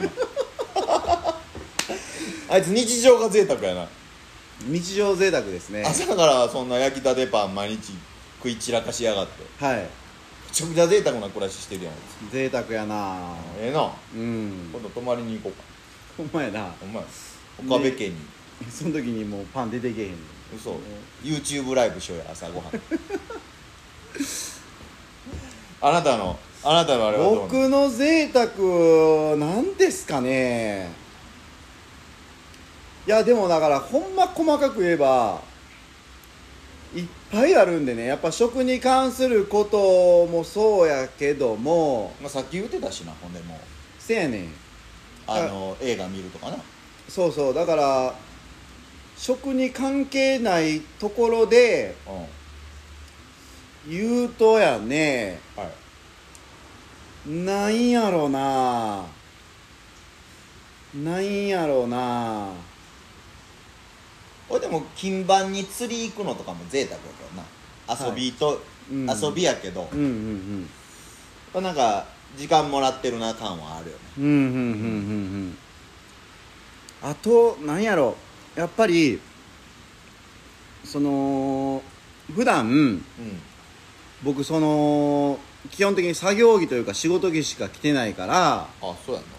あいつ日常が贅沢やな。 日常贅沢ですね。 朝からそんな焼きたてパン毎日食い散らかしやがって、 はい、 めちゃくちゃ贅沢な暮らししてるやん。 贅沢やな。 ええな。 うん、 今度泊まりに行こうか。 ほんまやな。 お前岡部家に、 その時にもうパン出てけへんねん。 嘘、YouTube ライブしようや朝ごはんあなたのあれはどう？ 僕の贅沢なんですかね。いやでもだからほんま細かく言えばいっぱいあるんでね、やっぱ食に関することもそうやけども、 まあ、さっき言ってたしな。ほんでもうせやねん、 映画見るとかな。 そうそう、だから食に関係ないところでうん、 言うとやね、 はい、 なんやろな、なんやろな。 俺でも金盤に釣り行くのとかも贅沢やけどな。遊びと、遊びやけど、 うんうんうん、 なんか時間もらってるな感はあるよね。 うんうんうんうんうん。あとなんやろ、やっぱりその普段、 うん、 僕その基本的に作業着というか仕事着しか着てないから、 あ、そうや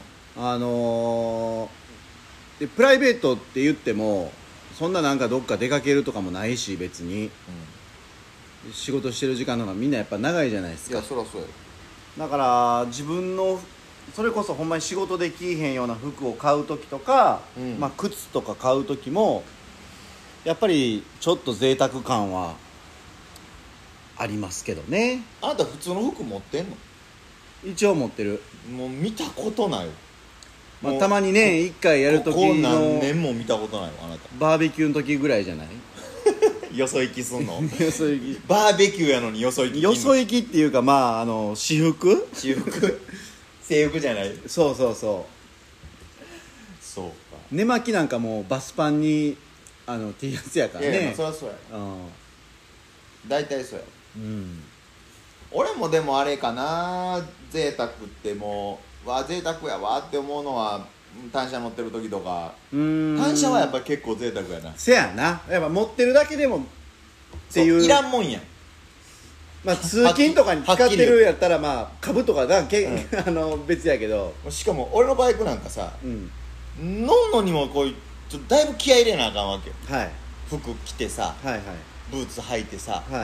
でプライベートって言ってもそんななんかどっか出かけるとかもないし、別に、仕事してる時間の方がみんなやっぱ長いじゃないですか。 いやそりゃそうや。 だから自分のそれこそほんまに仕事で着いへんような服を買う時とか、まあ、靴とか買う時もやっぱりちょっと贅沢感はありますけどね。 あなた普通の服持ってんの？ 一応持ってる。 もう見たことないよ。 まあ、たまにね1回やる時ここ何の年も見たことないわあなた。 バーベキューの時ぐらいじゃないよそ行きすんの？ よそ行き、 バーベキューやのによそ行き。 よそ行きっていうか、まあ私服私服制服じゃない。 そうそうそう。 そうか。 寝巻きなんかもうバスパンにT シャツやからね。 いやいやそりゃそうや。大体そうや。俺もでもあれかな、贅沢ってもう贅沢やわって思うのは単車乗ってる時とか。単車はやっぱ結構贅沢やな。 せやな、やっぱ持ってるだけでもっていう、 いらんもんやん。 まあ通勤とかに使ってるやったらまあ株とかが別やけど、 しかも俺のバイクなんかさ、乗んのにもこうちょっとだいぶ気合い入れなあかんわけよ。 はい、 服着てさ、はいはい、ブーツ履いてさ、はい、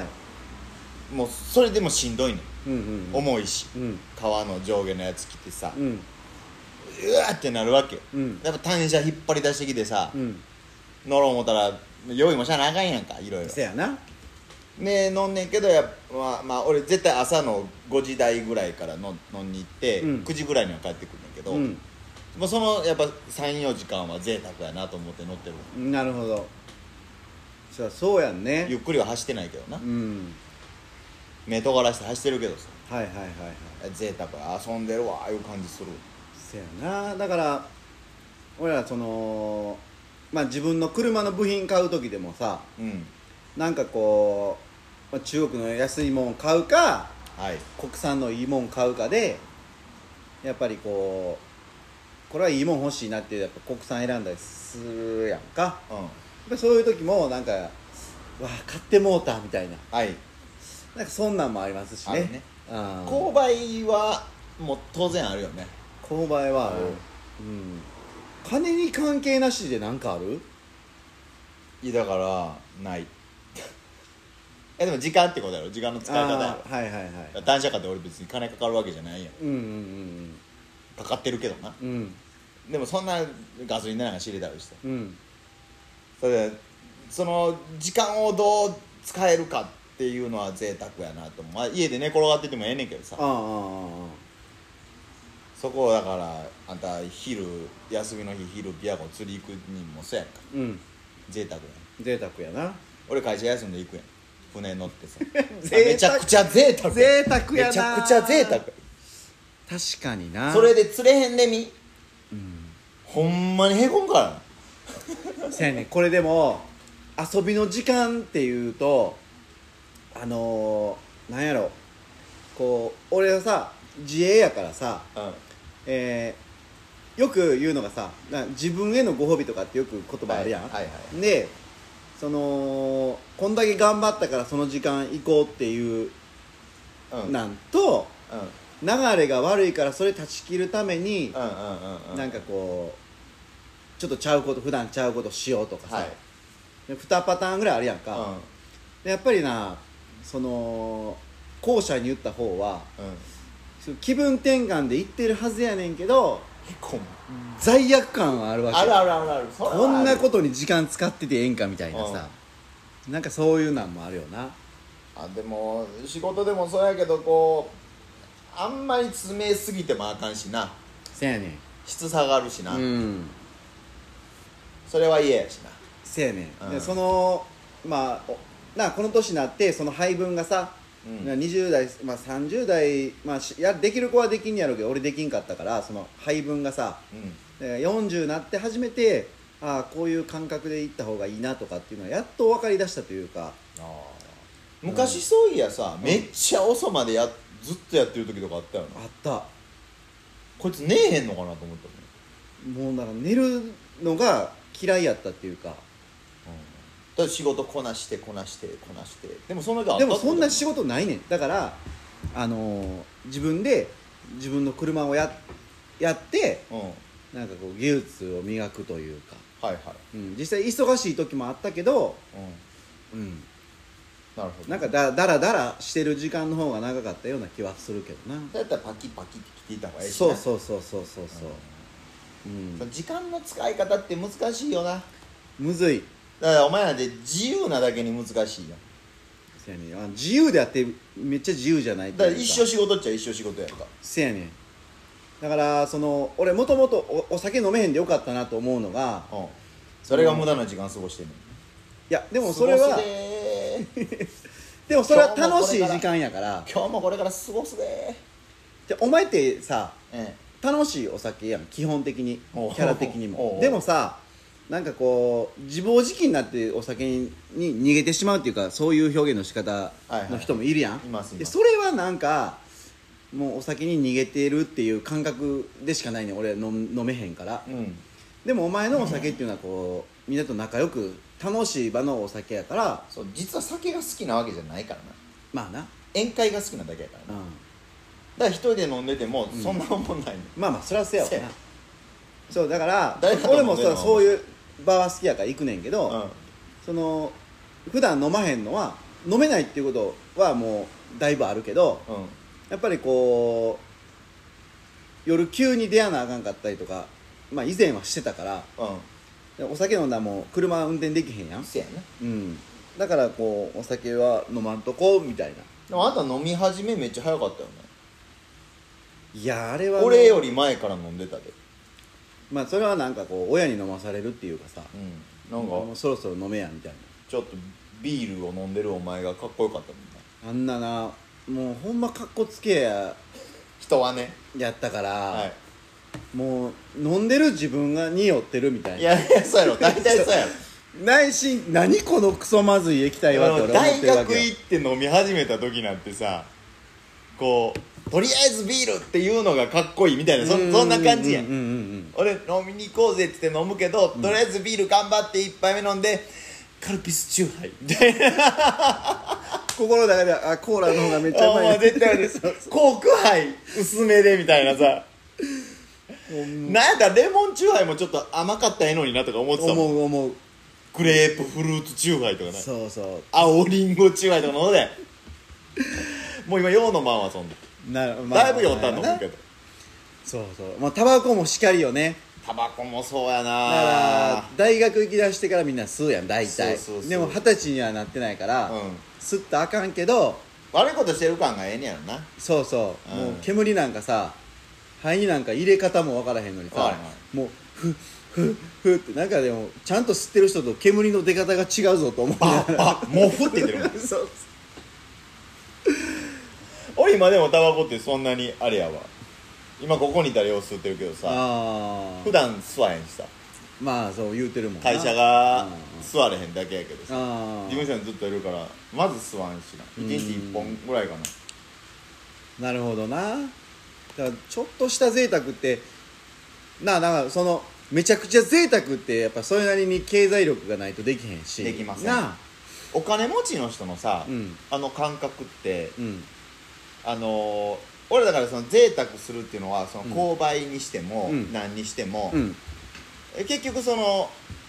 もうそれでもしんどいねん、重いし、革の上下のやつ着てさ、うわーってなるわけよ、やっぱ単車引っ張り出してきてさ、乗ろう思ったら用意もしなあかんやんか、いろいろ。せやな。ね、乗んねんけどまあ俺絶対朝の5時台ぐらいから乗んに行って、9時ぐらいには帰ってくるんだけど、もうそのやっぱ 3,4 時間は贅沢やなと思って乗ってる。なるほど。そうやんね。ゆっくりは走ってないけどな、目尖らして走ってるけどさ、はいはいはいはい、贅沢や、遊んでるわああいう感じする。せやな。だから俺らまあ自分の車の部品買う時でもさ、なんかこう、中国の安いもん買うか、国産のいいもん買うかでやっぱりこれはいいもん欲しいなってやっぱ国産選んだりするやんか、やっぱそういう時もなんかわ買ってもうたみたいな、なんかそんなんもありますしね。購買はもう当然あるよね。購買はある、金に関係なしで何かある？いやだからないでも時間ってことやろ、時間の使い方やろ。はいはいはい。単車買って俺別に金かかるわけじゃないやん。かかってるけどな、でもそんなガソリンなんか知れたりして、それでその時間をどう使えるかっていうのは贅沢やなと思う。家で寝転がっててもええねんけどさ、そこをだからあんた休みの日昼ビアゴン釣り行くにもそうやんか、贅沢やな。俺会社休んで行くやん。 船乗ってさ贅沢めちゃくちゃ贅沢贅沢やなめちゃくちゃ贅沢確かにな。 それで釣れへんでみ、ほんまにへこむからな。 せやねん。これでも遊びの時間っていうとなんやろ、こう俺はさ自営やからさ、よく言うのがさ、自分へのご褒美とかってよく言葉あるやん、 はいはいはい、 でこんだけ頑張ったからその時間行こうっていう、なんと、流れが悪いからそれ断ち切るために、なんかこうちょっと普段ちゃうことしようとかさ、2パターンぐらいあるやんか、でやっぱりな後者に言った方は、気分転換で言ってるはずやねんけど罪悪感はあるわけ。 あるあるあるある。 こんなことに時間使っててええんかみたいなさ、なんかそういうなんもあるよな。 でも仕事でもそうやけど、こうあんまり詰めすぎてもあかんしな。 せやねん。 質下がるしな、それは嫌やしな。 せやねん、でまあこの年になってその配分がさ、20代、30代、できる子はできんやろうけど俺できんかったから、その配分がさ、40になって初めてこういう感覚でいった方がいいなとかっていうのはやっと分かりだしたというか。 昔そういやさ、めっちゃ遅までずっとやってる時とかあったよな。 あった。 こいつ寝えへんのかなと思ったもうだから寝るのが嫌いやったっていうか、 だ仕事こなしてでもそのでもそんな仕事ないねん。だから自分で自分の車をやって、なんかこう技術を磨くというか、実際忙しい時もあったけど、 なるほど、 なんかだらだらしてる時間の方が長かったような気はするけどな。 だったらパキパキって来ていた方がいいしな。 そうそう、 時間の使い方って難しいよな。 むずい。 だからお前らで自由なだけに難しいよ。 せやねん。自由であってめっちゃ自由じゃない。 だから一生仕事っちゃ一生仕事やんか。 せやねん。だから俺もともとお酒飲めへんでよかったなと思うのが、 それが無駄な時間過ごしてんの。 いやでもそれはでもそれは楽しい時間やから。 今日もこれから過ごすで。 じゃお前ってさ、楽しいお酒やん基本的に、キャラ的にも。でもさ、なんかこう自暴自棄になってお酒に逃げてしまうっていうか、そういう表現の仕方の人もいるやん、でそれはなんかもうお酒に逃げてるっていう感覚でしかないねん俺。飲めへんから、でもお前のお酒っていうのはこうみんなと仲良く楽しい場のお酒やから。 そう、実は酒が好きなわけじゃないからな。 まあな、 宴会が好きなだけやからな、だから一人で飲んでてもそんな思んないの、 まあそれはせやわな。そうだから俺もそういう場は好きやから行くねんけど、普段飲まへんのは飲めないっていうことはもうだいぶあるけど、やっぱりこう夜急に出会わなあかんかったりとか、以前はしてたから、お酒飲んだらもう車運転できへんやん。 そうやね、 だからこうお酒は飲まんとこみたいな。 でもあんた飲み始めめっちゃ早かったよね。 いやあれは俺より前から飲んでたで。 それはなんかこう親に飲まされるっていうかさ、 なんかもうそろそろ飲めやみたいな。 ちょっとビールを飲んでるお前がかっこよかったもんな。 あんなな、もうほんまかっこつけや人はねやったから、もう飲んでる自分がに酔ってるみたいな。 いやそうやろ、大体そうやろ内心何このクソまずい液体はって俺思ってるわけよ。 大学行って飲み始めた時なんてさ、こうとりあえずビールっていうのがかっこいいみたいな、そんな感じやん。俺飲みに行こうぜって言って飲むけど、とりあえずビール頑張って1杯目飲んでカルピスチューハイみたいな心の中ではコーラの方がめっちゃうまい絶対ですコークハイ薄めでみたいなさなんやったらレモンチューハイもちょっと甘かったらええのになとか思ってたもん。 思うグレープフルーツチューハイとかね、 そう青リンゴチューハイとか飲んでもう今用のまんはそんなだいぶ酔ったんだもんけど。 そうタバコもしかりよね。 タバコもそうやな。 だから大学行き出してからみんな吸うやん大体。でも20歳にはなってないから、吸ったらあかんけど悪いことしてる感がええねやろな。 もう煙なんかさ肺になんか入れ方も分からへんのにさ、もうフッフッフッってなんかでもちゃんと吸ってる人と煙の出方が違うぞと思う。 バッバッモフって言ってるもんそう俺今でもタバコってそんなにあれやわ。今ここにいたらよう吸ってるけどさ、普段吸わへんしさ。 まあそう言うてるもんな。 会社が吸われへんだけやけどさ、事務所にずっといるからまず吸わんしな。1日1本ぐらいかな。なるほどな。だからちょっとした贅沢ってなんかそのめちゃくちゃ贅沢ってやっぱそれなりに経済力がないとできへんし。 できませんな。お金持ちの人のさ、あの感覚って、俺だからその贅沢するっていうのはその購買にしても、何にしても、結局その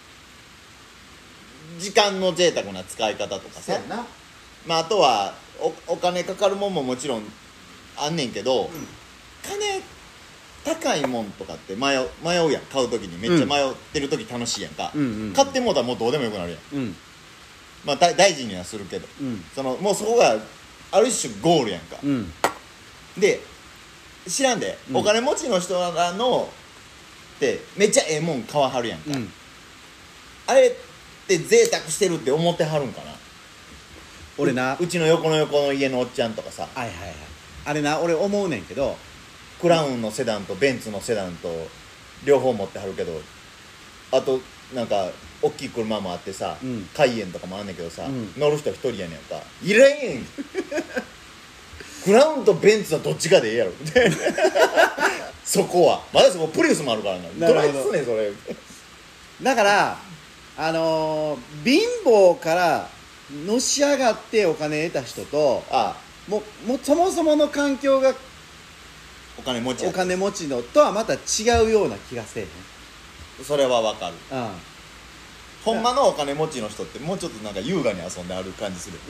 時間の贅沢な使い方とかさ、まあ、あとは お金かかるもんももちろんあんねんけど、金高いもんとかって迷うやん。買う時にめっちゃ迷ってる時楽しいやんか、買ってもうたらもうどうでもよくなるやん、まあ大事にはするけど、そのもうそこがある種ゴールやんか、で知らんで、お金持ちの人らのってめっちゃええもん買わはるやんか、あれって贅沢してるって思ってはるんかな。 俺な、 うちの横の家のおっちゃんとかさ、 はいはいはい、あれな俺思うねんけど、 クラウンのセダンとベンツのセダンと両方持ってはるけど、あとなんか大きい車もあってさ、カイエンとかもあんねんけどさ、乗る人一人やねんか。いらんやんクラウンとベンツはどっちかでええやろそこはまだそこプリウスもあるからな。どないすねんそれ。 だから貧乏からのし上がってお金得た人と、もうそもそもの環境がお金持ちのとはまた違うような気がせえへん。 それはわかる。ほんまのお金持ちの人ってもうちょっとなんか優雅に遊んである感じする。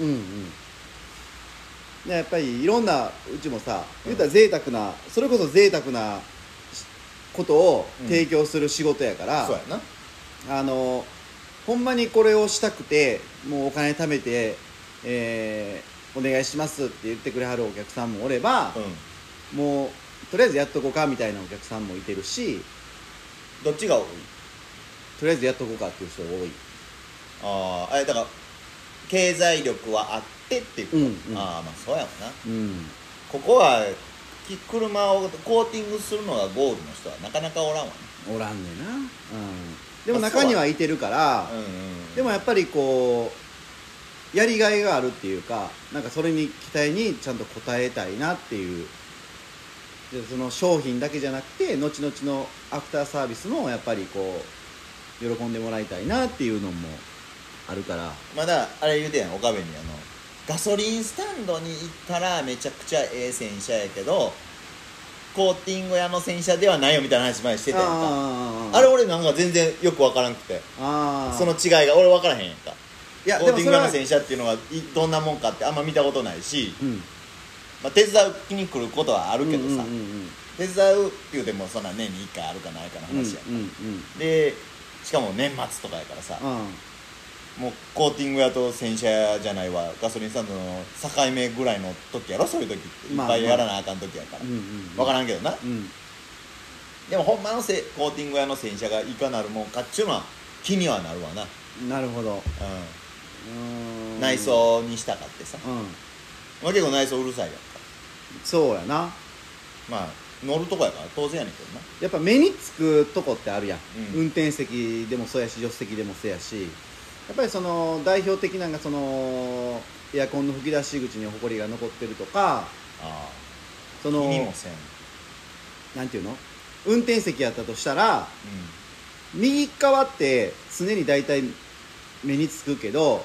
やっぱりいろんな、うちもさ、言うたら贅沢な、それこそ贅沢なことを提供する仕事やから、 そうやな。 ほんまにこれをしたくてもうお金貯めて、お願いしますって言ってくれはるお客さんもおれば、もうとりあえずやっとこうかみたいなお客さんもいてるし、 どっちが多い？ とりあえずやっとこうかっていう人が多い。 だから経済力はあってっていうこと、まあそうやもんな、ここは車をコーティングするのがゴールの人はなかなかおらんわね。 おらんねんな、でも中にはいてるから、でもやっぱりこうやりがいがあるっていうか、なんかそれに期待にちゃんと応えたいなっていう、でその商品だけじゃなくて後々のアフターサービスもやっぱりこう喜んでもらいたいなっていうのもあるから。 まだあれ言うてやん、岡部にガソリンスタンドに行ったらめちゃくちゃええ洗車やけどコーティング屋の洗車ではないよみたいな話前してたやんか。あれ俺なんか全然よく分からんくて、その違いが俺分からへんやんか。コーティング屋の洗車っていうのがどんなもんかってあんま見たことないし、まあ、手伝うに来ることはあるけどさ、手伝うっていうでもそんな年に1回あるかないかの話やんか、でしかも年末とかやからさ、もうコーティング屋と洗車屋じゃないわ、ガソリンスタンドの境目ぐらいの時やろ、そういう時っていっぱいやらなあかん時やから、分からんけどな、でもほんまのコーティング屋の洗車がいかなるもんかっちゅうのは気にはなるわな。 なるほど。 内装にしたかってさ、結構内装うるさいやんか。そうやな。 まあ乗るとこやから当然やねんけどな。 やっぱ目につくとこってあるやん、運転席でもそうやし助手席でもそうやし、やっぱりその代表的なのがそのエアコンの吹き出し口にホコリが残ってるとか、その気にもせん、 なんていうの、運転席やったとしたら、右側って常に大体目につくけど、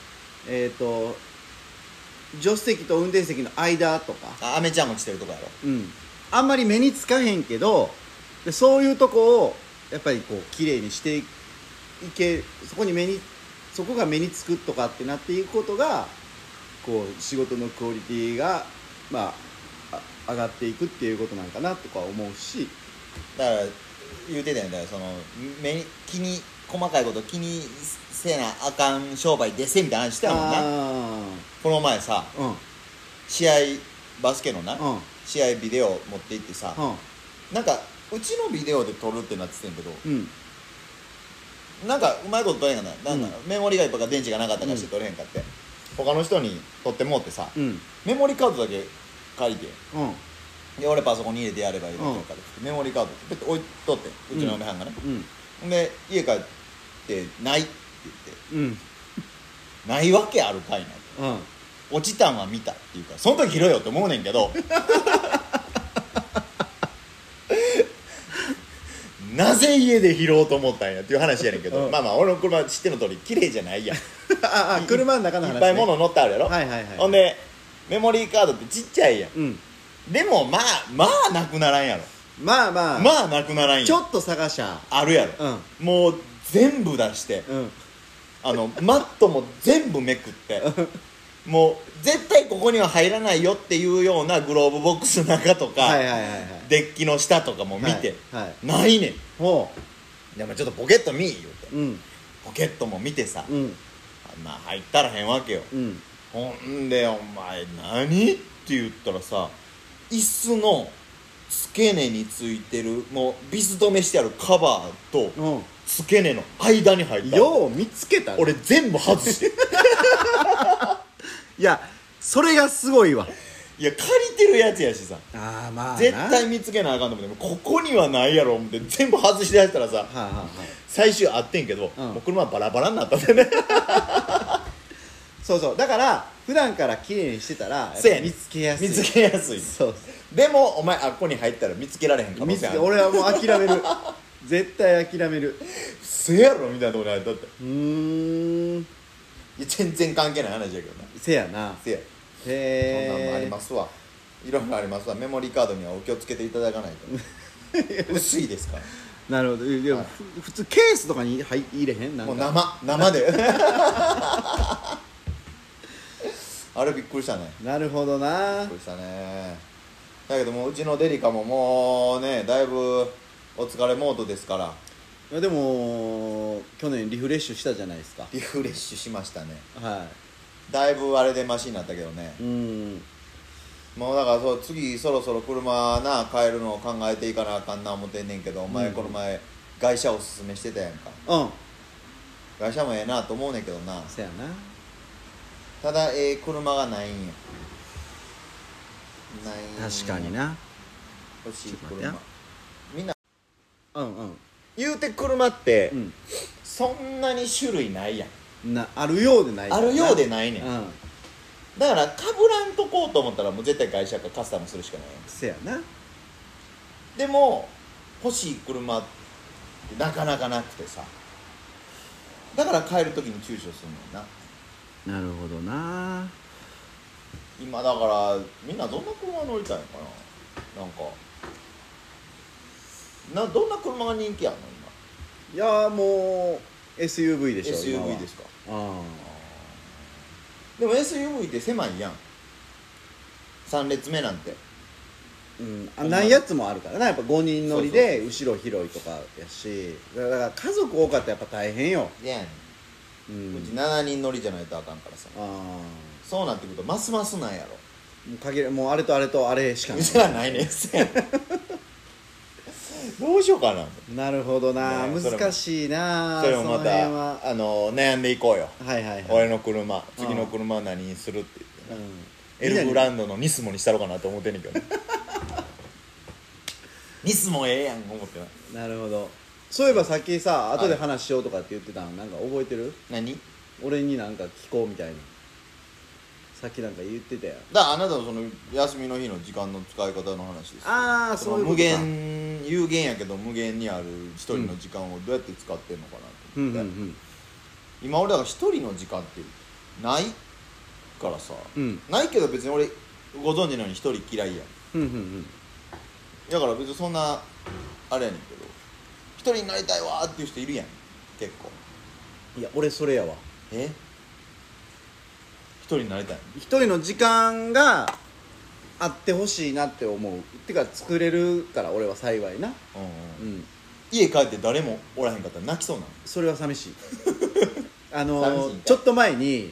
助手席と運転席の間とか、 アメちゃんもしてるとこやろ、 あんまり目につかへんけど、でそういうとこをやっぱりこう綺麗にしていけ、そこが目につくとかってなっていくことがこう仕事のクオリティが上がっていくっていうことなんかなとか思うし、 だから言うてたやん、だからその細かいこと気にせなあかん商売ですみたいな話してたもんな。この前さ、試合バスケのな、試合ビデオ持って行ってさ、なんかうちのビデオで撮るってなってたんやけど、なんかうまいこと撮れへんかな、なんかメモリがいっぱいか電池がなかったかして撮れへんかって、他の人に撮ってもうってさ、メモリカードだけ借りて、で俺パソコンに入れてやればいいだけだから、メモリーカードペッて置いとって、うちの嫁はんがね、で家帰ってないって言って、ないわけあるかいなと、落ちたんは見たっていうか、その時拾えよって思うねんけどなぜ家で拾おうと思ったんやっていう話やねんけど、まあまあ俺の車知っての通り綺麗じゃないやん車の中の話、ね、 いっぱい物乗ってあるやろ、ほんでメモリーカードってちっちゃいやん、でもまあなくならんやろ、まあなくならんやん、 ちょっと探しゃあるやろ、もう全部出して、マットも全部めくってもう絶対ここには入らないよっていうようなグローブボックスの中とか、デッキの下とかも見て、ないねん。でもちょっとポケット見い言うて、ポケットも見てさ、まあ入ったらへんわけよ、ほんでお前何って言ったらさ、椅子の付け根についてるもうビス止めしてあるカバーと付け根の間に入った。 よう見つけたね。 俺全部外していやそれがすごいわ。 いや借りてるやつやしさ、 まあ絶対見つけなあかんと思って、ここにはないやろ思って全部外し出したらさ、最終あってんけど、もう車バラバラになったんでねそうだから普段から綺麗にしてたら見つけやすい。そうでもお前あっこに入ったら見つけられへんかもしれない。 俺はもう諦める絶対諦める。 せやろみたいなとこに入ったって。いや全然関係ない話やけどな。 せやな。 そんなんもありますわ。いろいろありますわ。メモリーカードにはお気をつけていただかないと薄いですから。 なるほど。でも、普通ケースとかに入れへん？なんかもう生であれびっくりしたね。 なるほどな。 びっくりしたね。だけどもううちのデリカももうねだいぶお疲れモードですから。 いやでも去年リフレッシュしたじゃないですか。 リフレッシュしましたね。 はい。 だいぶあれでマシになったけどね。もうだから次そろそろ車な買えるのを考えていかなあかんな思ってんねんけど、お前この前外車おすすめしてたやんか。外車もええなと思うねんけどな。 そやな。 ただ車がないんよ。 確かにな。 欲しい車。みんな言うて車って、そんなに種類ないやん。 あるようでない。 あるようでないねん。だからかぶらんとこうと思ったらもう絶対会社かカスタムするしかないやん。 せやな。 でも欲しい車ってなかなかなくてさ、だから買える時に躊躇するんだよな。なるほどな。 今だからみんなどんな車乗りたいのかな。なんかどんな車が人気あるの今。いやもう SUV でしょ。 SUV ですか。でも SUV って狭いやん、3列目なんて。 ないやつもあるからな。やっぱ5人乗りで後ろ広いとかやし、だから家族多かったらやっぱ大変よ。 うち7人乗りじゃないとあかんからさ。そうなってくるとますますなんやろ。 もうあれとあれとあれしかない。 じゃないねんどうしようかな。 なるほどな、難しいな。 それもまた悩んでいこうよ。俺の車、次の車は何にするって言って、エルフランドのニスモにしたろうかなと思ってんねんけどニスモええやん思ってな。 なるほど。そういえばさっきさ後で話しようとかって言ってたのなんか覚えてる？ 何？ 俺になんか聞こうみたいな。さっきなんか言ってたよ。 あなたのその休みの日の時間の使い方の話です。 そういうことか。 無限有限やけど無限にある一人の時間をどうやって使ってんのかなと思って、今俺だから一人の時間ってないからさ、ないけど別に俺ご存知のように一人嫌いやん。だから別にそんなあれやねんけど、一人になりたいわーっていう人いるやん結構。 いや俺それやわ。 一人になりたい。 一人の時間があってほしいなって思う。てか作れるから俺は幸いな。 家帰って誰もおらへんかったら泣きそうなの。 それは寂しいちょっと前に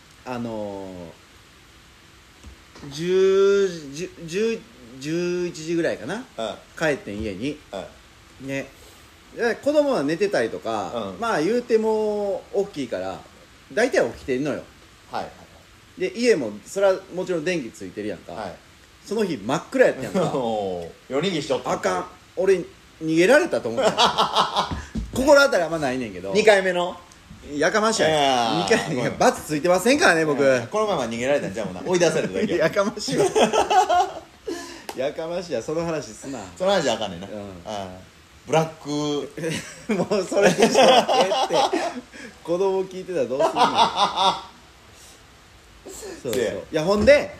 11時ぐらいかな、帰ってん家に、ね、子供は寝てたりとか、まあ言うても大きいから大体起きてんのよ。で家もそれはもちろん電気ついてるやんか、 その日真っ暗やったやんか夜逃げしとったあかん俺逃げられたと思った心当たりあんまないねんけど 2回目のやかましいや2回いや罰ついてませんからね僕このまま逃げられたんじゃうもんな追い出されただけやかましいわやかましいやその話すなその話あかんねんな、ブラックもうそれ以上って子供聞いてたらどうすんのそうそういやほんで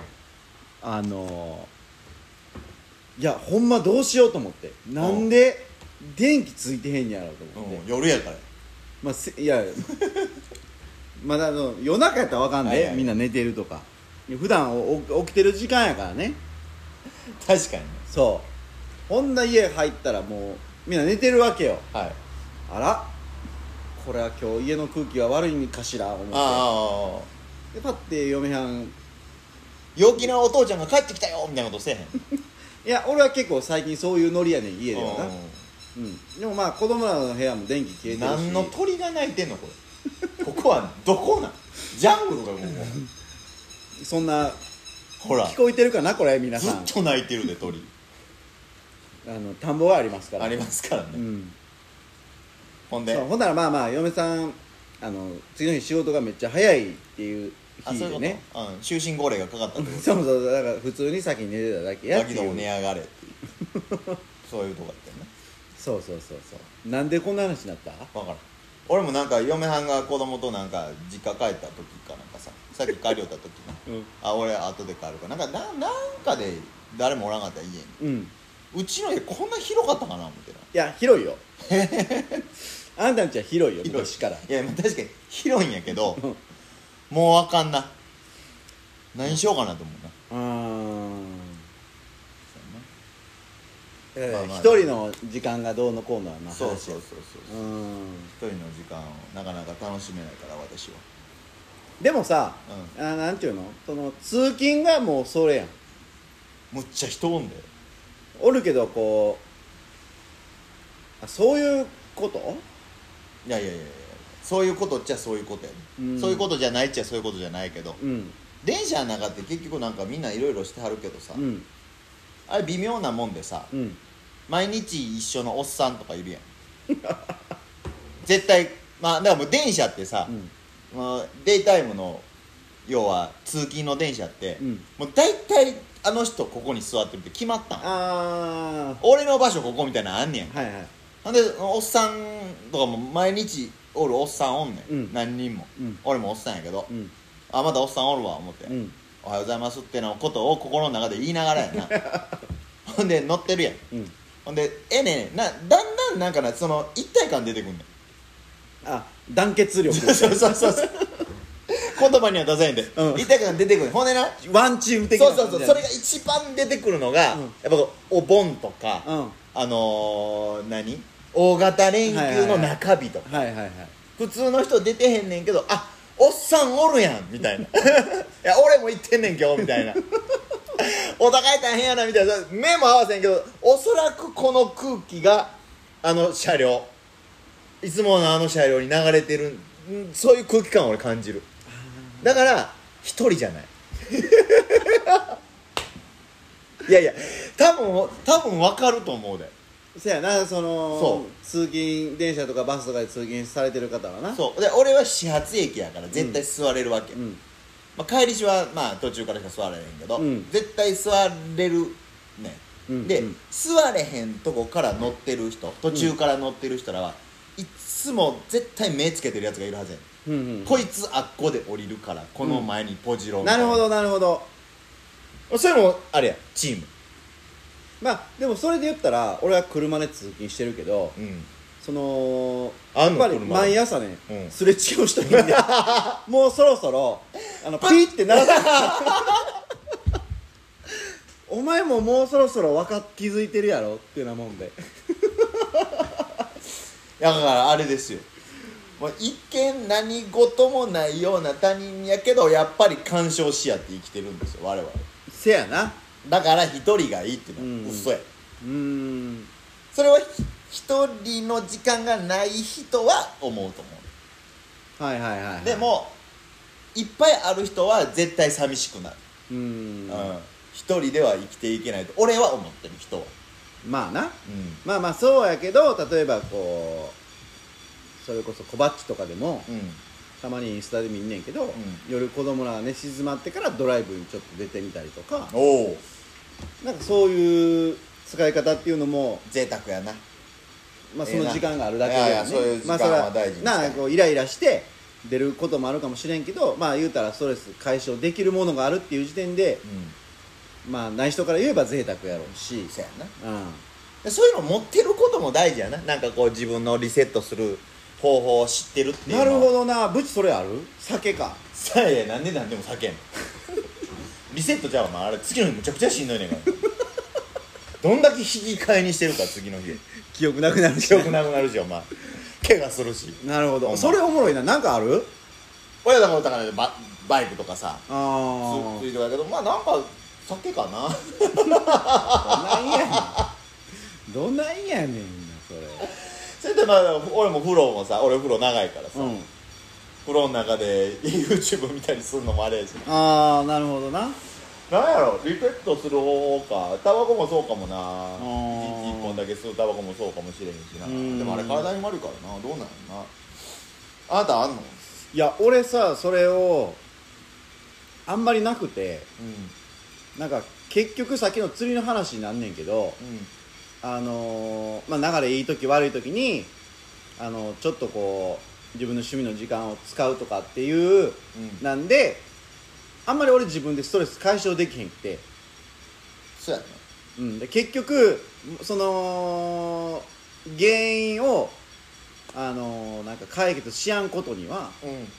いやほんまどうしようと思ってなんで電気ついてへんやろうと思って、 夜やからまあいやまだ夜中やったらわかんない、みんな寝てるとか普段起きてる時間やからね確かにねそうほんな家入ったらもうみんな寝てるわけよ、 はい、 あらこれは今日家の空気が悪いんかしら思ってでパッて嫁はん陽気なお父ちゃんが帰ってきたよみたいなことせえへんいや俺は結構最近そういうノリやねん家ではなでもまあ子供らの部屋も電気消えてるし何の鳥が鳴いてんのこれここはどこなんジャングルかここそんなほら聞こえてるかなこれ皆さんずっと鳴いてるで鳥田んぼがありますからありますからね、ほんでほんならまあまあ嫁さん次の日仕事がめっちゃ早いっていう日でね終身号令がかかったってことそうそうだから普通に先に寝てただけやっていうだけども寝上がれっていうそういうとこだったよねそうなんでこんな話になった分からん俺もなんか嫁はんが子供となんか実家帰った時かなんかささっき帰りよった時な、俺後で帰るからなんかで誰もおらんかった家に、うちの家こんな広かったかな思ってな。 いや広いよあんたんちは広いよ昔から。 いや確かに広いんやけどもうあかんな何しようかなと思うな。一人の時間がどうのこうのはな。 そう一人の時間をなかなか楽しめないから私は。 でもさ、なんていうのその通勤がもうそれやん。 むっちゃ人おんでおるけどこうそういうこと？ いやそういうことっちゃそういうことやね、そういうことじゃないっちゃそういうことじゃないけど、電車の中って結局なんかみんないろいろしてはるけどさ、あれ微妙なもんでさ、毎日一緒のおっさんとかいるやん絶対まあだからもう電車ってさ、デイタイムの要は通勤の電車って、もう大体あの人ここに座ってるって決まったん。俺の場所ここみたいなのあんねん。なんでおっさんとかも毎日おるおっさんおんねん、何人も、俺もおっさんやけど、またおっさんおるわ思って、おはようございますってのことを心の中で言いながらやなほんで乗ってるやん、ほんでだんだんなんかなその一体感出てくんねん。 団結力そう言葉には出せないんで、一体感出てくる。ほんでなワンチーム的なそうそれが一番出てくるのが、やっぱお盆とか、大型連休の中日とか、普通の人出てへんねんけどおっさんおるやんみたいないや俺も行ってんねん今日みたいなお互い大変やなみたいな目も合わせんけどおそらくこの空気が車両いつもの車両に流れてるそういう空気感を俺感じる。だから一人じゃないいや多分分かると思うで。 そやなそう通勤電車とかバスとかで通勤されてる方はな。 そうで俺は始発駅やから絶対座れるわけ、帰りしは途中からしか座れへんけど、絶対座れるね、で、座れへんとこから乗ってる人途中から乗ってる人らはいつも絶対目つけてるやつがいるはずやん、こいつあっこで降りるからこの前にポジロみたいな、 なるほどそれもあれやチーム。 でもそれで言ったら俺は車で通勤してるけど、やっぱり毎朝ね、すれ違う人いるんでもうそろそろピーって鳴らさお前ももうそろそろ気づいてるやろっていうようなもんでだからあれですよ、一見何事もないような他人やけどやっぱり干渉し合って生きてるんですよ我々。 せやな。だから一人がいいっていうのは嘘や。それは一人の時間がない人は思うと思う。でもいっぱいある人は絶対寂しくなる。 一人では生きていけないと俺は思ってる。人はまあな、 うん、 まあまあそうやけど、例えばこうそれこそ小バッチとかでも、 うんたまにインスタで見んねんけど、 ん夜子供らが寝静まってからドライブにちょっと出てみたりとか、 おおなんかそういう使い方っていうのも、 贅沢やな。 まあ、その時間があるだけで、 いやいやそういう時間は大事にしたい、 まあ、それはこうイライラして出ることもあるかもしれんけど、まあ言うたらストレス解消できるものがあるっていう時点で、まあない人から言えば贅沢やろうし、 そうやな、 うん、 でそういうの持ってることも大事やな。なんかこう自分のリセットする方法を知ってるっていうのは。 なるほどな。ブチそれある？酒か。 さあ、いやなんでなんでも酒やんリセットじゃあお前あれ次の日むちゃくちゃしんどいねんからどんだけ引き換えにしてるか次の日記憶なくなるし、 記憶なくなるしお前怪我するし。 なるほど。 お前それおもろいな。なんかある？ 親だからバイクとかさあついてたけど、まあなんか酒かなあ。どんなんやねんそれ。 それでまあ俺も風呂もさ、俺風呂長いからさ、 うん。 風呂の中で YouTube 見たりするのもあれやし、 ああ、なるほどな。 なんやろ、リセットする方法か。タバコもそうかもな。 ー 1本だけ吸うタバコもそうかもしれへんしな。 うんでもあれ体に悪いからな。どうなんやろな。あなたあんの？ いや俺さ、それをあんまりなくて、なんか結局さっきの釣りの話になんねんけど、まあ流れいい時悪い時にちょっとこう自分の趣味の時間を使うとかっていう、なんであんまり俺自分でストレス解消できへんくて、 そうやね。 で結局その原因をなんか解決しやんことには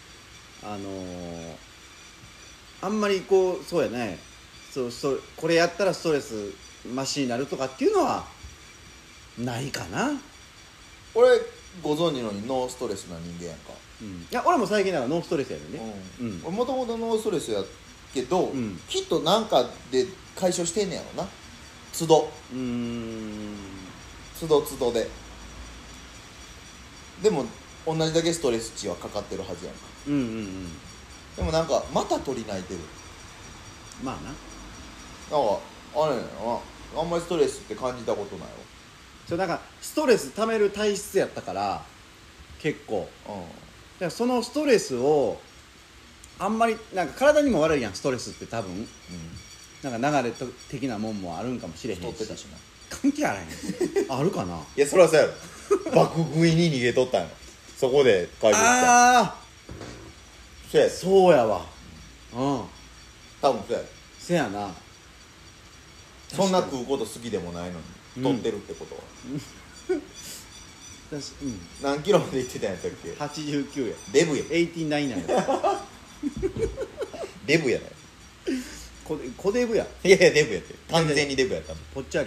あんまりこうそうやね、これやったらストレスマシになるとかっていうのはないかな。 俺ご存知のようにノーストレスな人間やんか。 いや俺も最近だからノーストレスやねんね。 俺もともとノーストレスやけど、きっとなんかで解消してんねやろな。都度都度で。でも同じだけストレス値はかかってるはずやんか。でもなんかまた取り泣いてる。 まあな。 なんかあれやな、あんまりストレスって感じたことないよ。 そうなんかストレス溜める体質やったから結構、だからそのストレスをあんまりなんか体にも悪いやんストレスって多分、なんか流れ的なもんもあるんかもしれへんし。 太ってたしな。 関係あらへんあるかな。 いやそれはそうやろ爆食いに逃げとったんや。そこで解決した。 ああそうや。 そうやわ。 多分そうや。 せやな。 そんな食うこと好きでもないのに太ってるってことは、何キロまで行ってたんやったっけ。 89や。 デブや。 89なんや。 デブやね。 小デブや。 いやいやデブやって。完全にデブやったの。 ぽっちゃり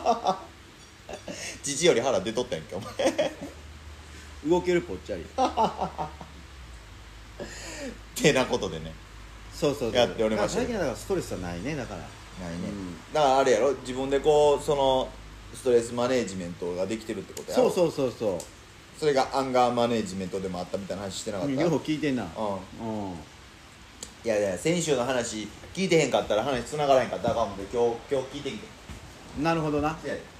父より腹出とったんやんけお前動けるぽっちゃりてなことでね。 そうやっておりました。 最近はだからストレスはないね。だからないね、だからあれやろ、自分でこうそのストレスマネージメントができてるってことやろ。 そうそれがアンガーマネージメントでもあったみたいな話してなかった？ よく聞いてんな。 いやいや先週の話聞いてへんかったら話繋がらへんかったらあかんもんで今日聞いてきて。 なるほどな。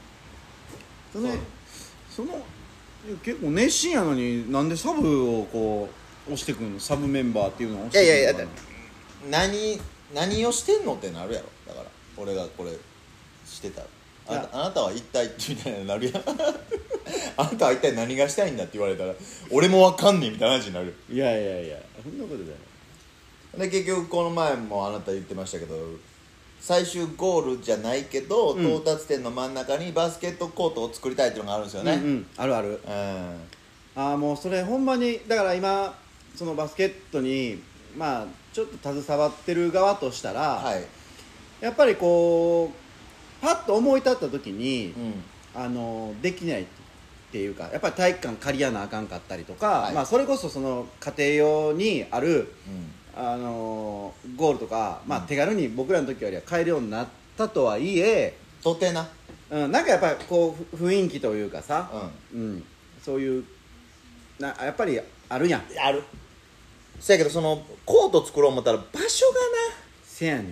その結構熱心やのになんでサブをこう押してくんの。サブメンバーっていうのを押してくんの。 何をしてんのってなるやろ。だから俺がこれしてたらあなたは一体みたいなのなるやんあなたは一体何がしたいんだって言われたら俺もわかんねえみたいな話になる。 いやそんなことだよ。 で結局この前もあなた言ってましたけど、最終ゴールじゃないけど、到達点の真ん中にバスケットコートを作りたいっていうのがあるんですよね。 あるある。もうそれほんまにだから今そのバスケットにまあちょっと携わってる側としたら、やっぱりこうパッと思い立った時に、できないっていうか、やっぱり体育館借りやなあかんかったりとか、まあそれこそその家庭用にある、ゴールとか、まあ手軽に僕らの時よりは買えるようになったとはいえ、 とてな、 なんかやっぱりこう雰囲気というかさ、そういうやっぱりあるやん。 ある。そやけどそのコート作ろう思ったら場所がな。 せやねん。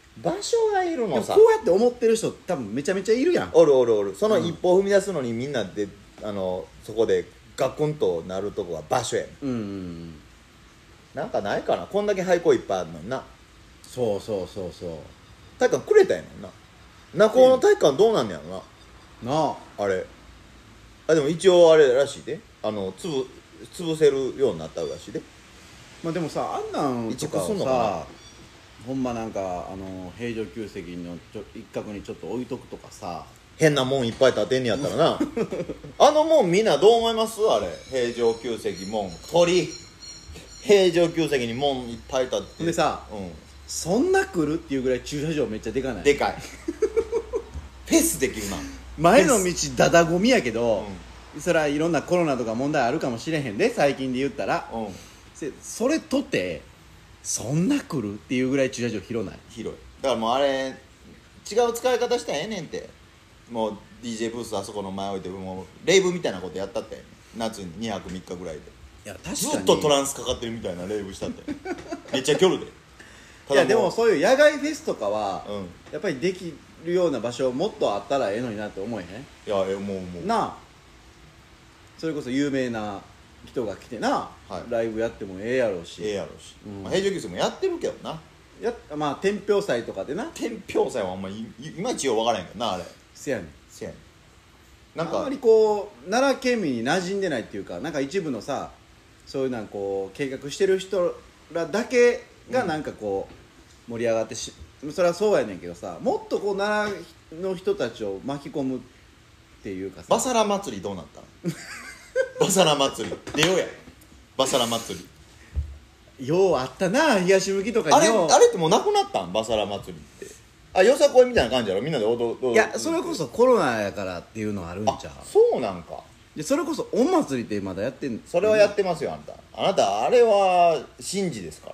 場所がいるのさ。 こうやって思ってる人多分めちゃめちゃいるやん。 おるおるおる。その一歩踏み出すのにみんなでそこでガクンとなるとこが場所やねん。なんかないかな、こんだけ廃校いっぱいあるのにな。 そう体育館くれたんやねんな。中尾の体育館どうなんねやろなあれ。でも一応あれらしいで、潰せるようになったらしいで。 まあでもさ、あんなんとかをさ、ほんまなんか平城宮跡の一角にちょっと置いとくとかさ、 変なもんいっぱい建てんねやったらなもんみんなどう思います？あれ平城宮跡門鳥平城宮跡に門いっぱい建ってでさ、そんな来るっていうぐらい駐車場めっちゃでかない？ でかいフェスできるな。 前の道ダダゴミやけど、それはいろんなコロナとか問題あるかもしれへんで、最近で言ったら、それとてそんな来るっていうぐらい駐車場広ない？ 広い。だからもうあれ違う使い方したらええねんって。もう DJ ブースあそこの前置いてもうレイブみたいなことやったって、夏に2泊3日ぐらいで。 いや確かにずっとトランスかかってるみたいなレイブしたってめっちゃ距離で。 いやでもそういう野外フェスとかは、やっぱりできるような場所もっとあったらええのになって思えへん？いやもうなあ、それこそ有名な人が来てな、ライブやってもええやろうし、 平城宮跡もやってるけどな。 まあ天平祭とかでな。 天平祭はあんまいまいちよう分からへんけどな、あれ。 せやねん。 なんかあんまりこう奈良県民に馴染んでないっていうか、なんか一部のさ、そういうなんかこう計画してる人らだけがなんかこう盛り上がってそれはそうやねんけどさ、もっとこう奈良の人たちを巻き込むっていうかさ。 バサラ祭りどうなったのバサラ祭り出ようや。バサラ祭りようあったな、東向きとかに。 あれってもうなくなったん？バサラ祭りってよさこいみたいな感じやろ、みんなで踊る。 いやそれこそコロナやからっていうのはあるんちゃう？ そうなんか。 でそれこそお祭りってまだやってんの？ それはやってますよ。あなたあれは神事ですから。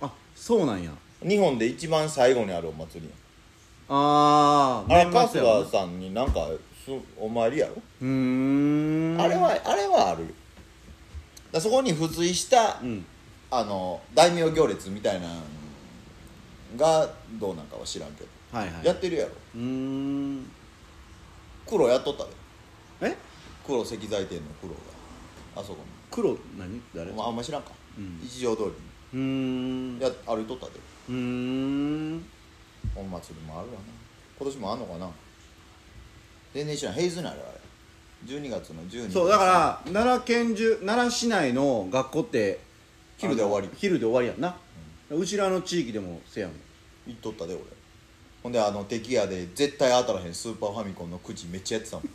あ、そうなんや。 日本で一番最後にあるお祭りや。 あれ春日さんになんかお参りやろ。あれはあるよ。だそこに付随した、大名行列みたいなのがどうなんかは知らんけど、やってるやろ。黒やっとったで。黒石材店の黒があそこに。 黒誰？ あんま知らんか。一条通りに歩いとったで。お祭りもあるわな。今年もあんのかな。全然知らん。平日にあるあれ。12月の12日。 そうだから奈良市内の学校って昼で終わりやんな。うちらの地域でもせやもん。 行っとったで俺。ほんで敵屋で絶対当たらへんスーパーファミコンのくじめっちゃやってたもん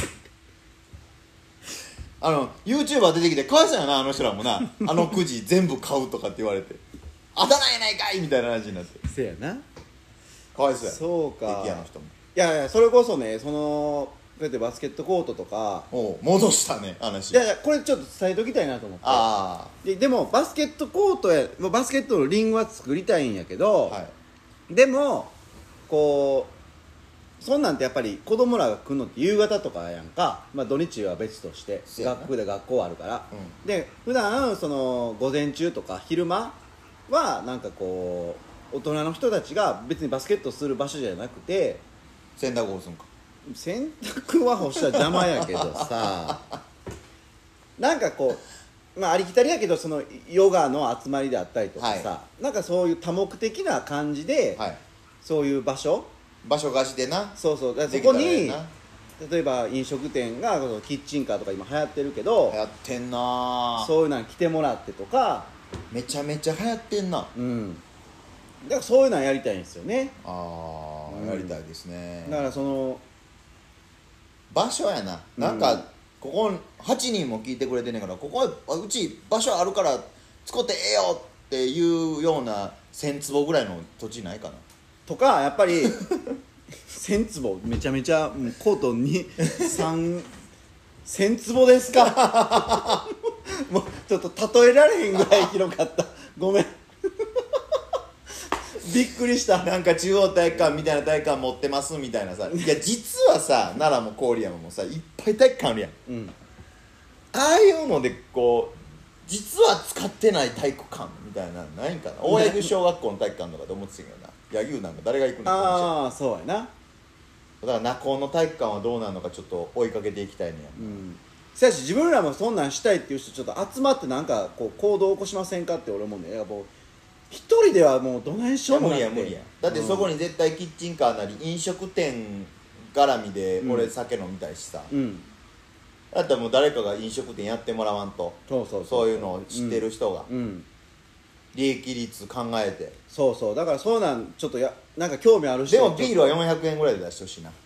YouTuber 出てきてかわいそうやな、あの人らもなくじ全部買うとかって言われて当たらんやないかいみたいな話になって。 せやな、 かわいそうや。 そうか。 敵屋の人も。 いやそれこそね、こうやってバスケットコートとか戻したね話。 いやこれちょっと伝えときたいなと思って。でもバスケットコートバスケットのリングは作りたいんやけど、でもこうそんなんてやっぱり子供らが来るのって夕方とかやんか。土日は別として学校あるから、で普段午前中とか昼間はなんかこう大人の人たちが別にバスケットする場所じゃなくて、 洗濯をすんか。 洗濯は干したら邪魔やけどさなんかこうありきたりやけどヨガの集まりであったりとかさ、なんかそういう多目的な感じで、そういう場所貸しでな。 そうそこに例えば飲食店がキッチンカーとか今流行ってるけど、 流行ってんな。 そういうのに来てもらってとかめちゃめちゃ流行ってんな。 だからそういうのやりたいんですよね。 やりたいですね。 だから場所やな。なんかここ8人も聞いてくれてんねんから、ここうち場所あるから使ってええよっていうような1000坪ぐらいの土地ないかなとか。やっぱり1000坪めちゃめちゃコートに1000坪ですかもうちょっと例えられへんぐらい広かった。ごめんびっくりした。 なんか中央体育館みたいな体育館持ってますみたいなさ。いや実はさ、奈良も郡山もさいっぱい体育館あるやん。ああいうのでこう実は使ってない体育館みたいなのないんかな。大八木小学校の体育館とかで思ってたけどな。 柳生なんか誰が行くの？ ああそうやな。 だから中尾の体育館はどうなるのかちょっと追いかけていきたいねや、 せやし自分らもそんなんしたいっていう人ちょっと集まってなんかこう行動を起こしませんかって俺もね、もう一人ではもうどないしようもなくて。 無理やだってそこに絶対キッチンカーなり飲食店絡みで俺酒飲みたいしさ、だったらもう誰かが飲食店やってもらわんと、そういうのを知ってる人が、利益率考えて、 そうだからそうなんちょっとなんか興味ある人でもビールは400円ぐらいで出してほしいな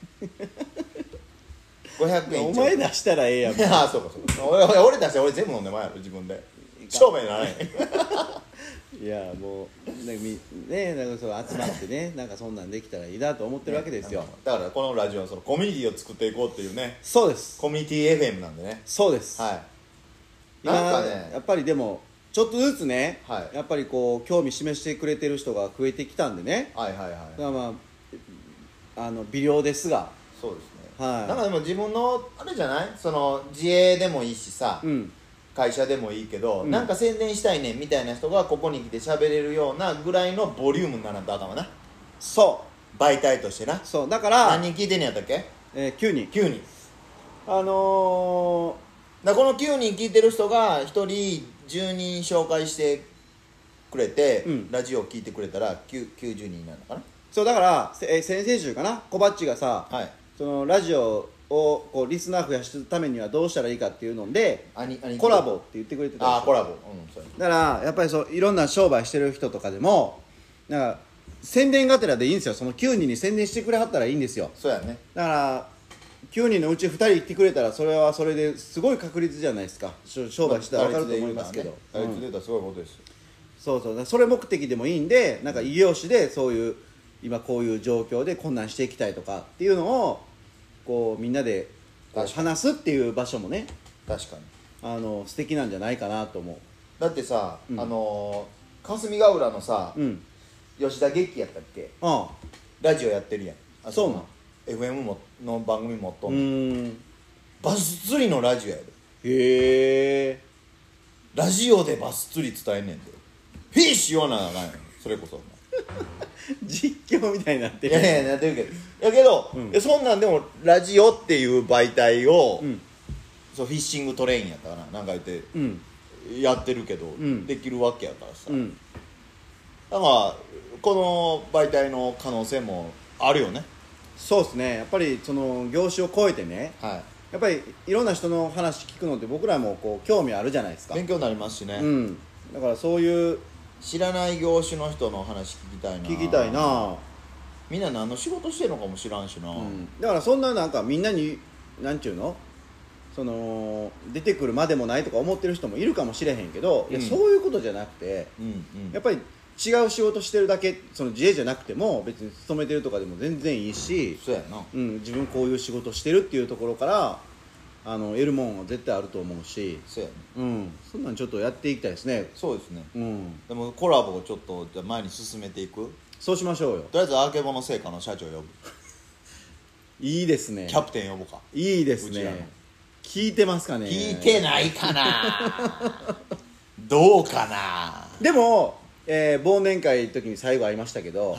500円お前出したらええやんああそうか俺出して俺全部飲んでもやろ自分で商売にならへんいやもうなんかそう集まってねなんかそんなんできたらいいなと思ってるわけですよ、 だからこのラジオはそのコミュニティを作っていこうっていうね。 そうです。 コミュニティ FM なんでね。 そうです。 はいなんかねやっぱりでもちょっとずつね、やっぱりこう興味示してくれてる人が増えてきたんでね、だからまあ微量ですが、 そうですね、なんかでも自分のあれじゃない、その自営でもいいしさ、会社でもいいけど、なんか宣伝したいねみたいな人がここに来て喋れるようなぐらいのボリュームにならんとあかんわな。そう媒体としてな。 そうだから何人聞いてんねやったっけ ？9人だこの9人聞いてる人が1人10人紹介してくれて、ラジオを聞いてくれたら90人になるのかな。 そうだから先々週かな、コバッチがさ、そのラジオをこうリスナー増やすためにはどうしたらいいかっていうのでコラボって言ってくれてたんですよ。 コラボ、 だからやっぱりいろんな商売してる人とかでもなんか宣伝がてらでいいんですよ。その9人に宣伝してくれはったらいいんですよ。 そうやね。 だから9人のうち2人行ってくれたらそれはそれですごい確率じゃないですか。商売してたら分かると思いますけど、 打率で言うたらすごいことですよ。 そうそれ目的でもいいんで、なんか異業種でそういう今こういう状況で困難していきたいとかっていうのをこうみんなで話すっていう場所もね、 確かに素敵なんじゃないかなと思う。 だってさ、霞ヶ浦のさ、吉田劇やったっけ、ラジオやってるやん。 そうなん FM の番組持っとんの。バス釣りのラジオやで。 へえ。 ラジオでバス釣り伝えんねんで。フィッシュ言わなあかんやん。それこそ実況みたいになってる。 いやなってるけど、やけど、そんなんでもラジオっていう媒体を、そうフィッシングトレインやったかな、なんか言って、やってるけど、できるわけやからさ、だからこの媒体の可能性もあるよね。 そうですね。やっぱりその業種を超えてね、やっぱりいろんな人の話聞くのって僕らもこう興味あるじゃないですか。 勉強になりますしね、 だからそういう知らない業種の人の話聞きたいな。みんな何の仕事してるのかも知らんしな、 だからそんななんかみんなになんちゅうの、その出てくるまでもないとか思ってる人もいるかもしれへんけど、いやそういうことじゃなくて、やっぱり違う仕事してるだけ、その自営じゃなくても別に勤めてるとかでも全然いいし、 そうやな、 自分こういう仕事してるっていうところから得るもんは絶対あると思うし、 そうやね、 そんなんちょっとやっていきたいですね。 そうですね、でもコラボをちょっとじゃ前に進めていく。 そうしましょうよ。 とりあえずアーケボの製菓の社長呼ぶいいですね。 キャプテン呼ぼうか。 いいですね。聞いてますかね。 聞いてないかなどうかな。 でも、忘年会の時に最後会いましたけど、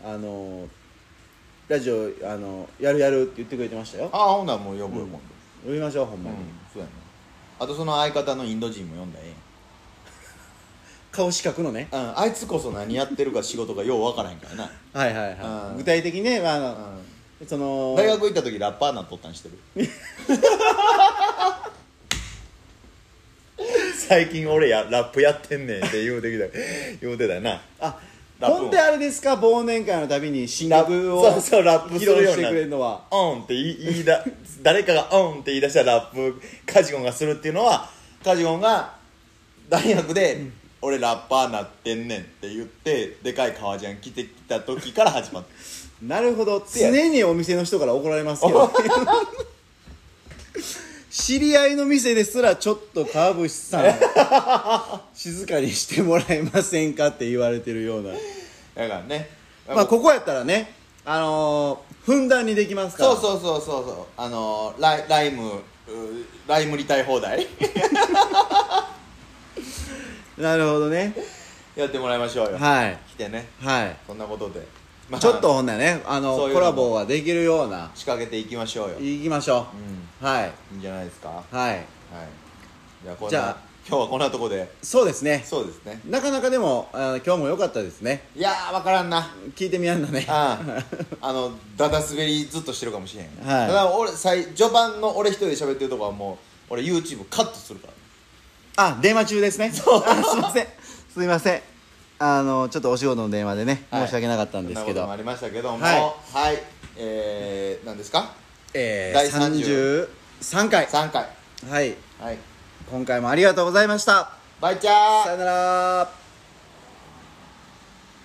ラジオやるって言ってくれてましたよ。 ほんならもう呼ぶよ、今度呼びましょう、ほんまに。 そうやね。あとその相方のインド人も呼んだらええやん。 顔四角のね、 あいつこそ何やってるか仕事がよう分からへんからな。 具体的にね、その大学行った時ラッパーなっとったんしてる最近俺ラップやってんねんって言うてたよな。 ほんであれですか、忘年会のたびに新曲をラップ披露してくれるのはオンって誰かがオンって言い出したらラップカジゴンがするっていうのは、カジゴンが大学で、俺ラッパーなってんねんって言ってでかい革ジャン着てきた時から始まってなるほど。常にお店の人から怒られますけど知り合いの店ですらちょっと川淵さん静かにしてもらえませんかって言われてるような。 だからね、 ここやったらね、ふんだんにできますから。 そうライム利たい放題なるほどね。 やってもらいましょうよ。 来てね。そんなことでちょっとほんならねそういうのもコラボができるような仕掛けていきましょうよ。 行きましょう、はいいいんじゃないですか。 はい、 じゃあ今日はこんなとこで。 そうですね。 そうですね。 なかなかでも今日も良かったですね。 いやー分からんな。 聞いてみやんだね。 ダダ滑りずっとしてるかもしれへん。 はい。 だから俺序盤の俺一人で喋ってるとこはもう俺 YouTube カットするから。 電話中ですね。すいません。すいません。ちょっとお仕事の電話でね、申し訳なかったんですけど。 そんなこともありましたけども、 はい。 何ですか？ 第33回。 3回。 はい。 はい。 今回もありがとうございました。 バイチャー。 さよなら。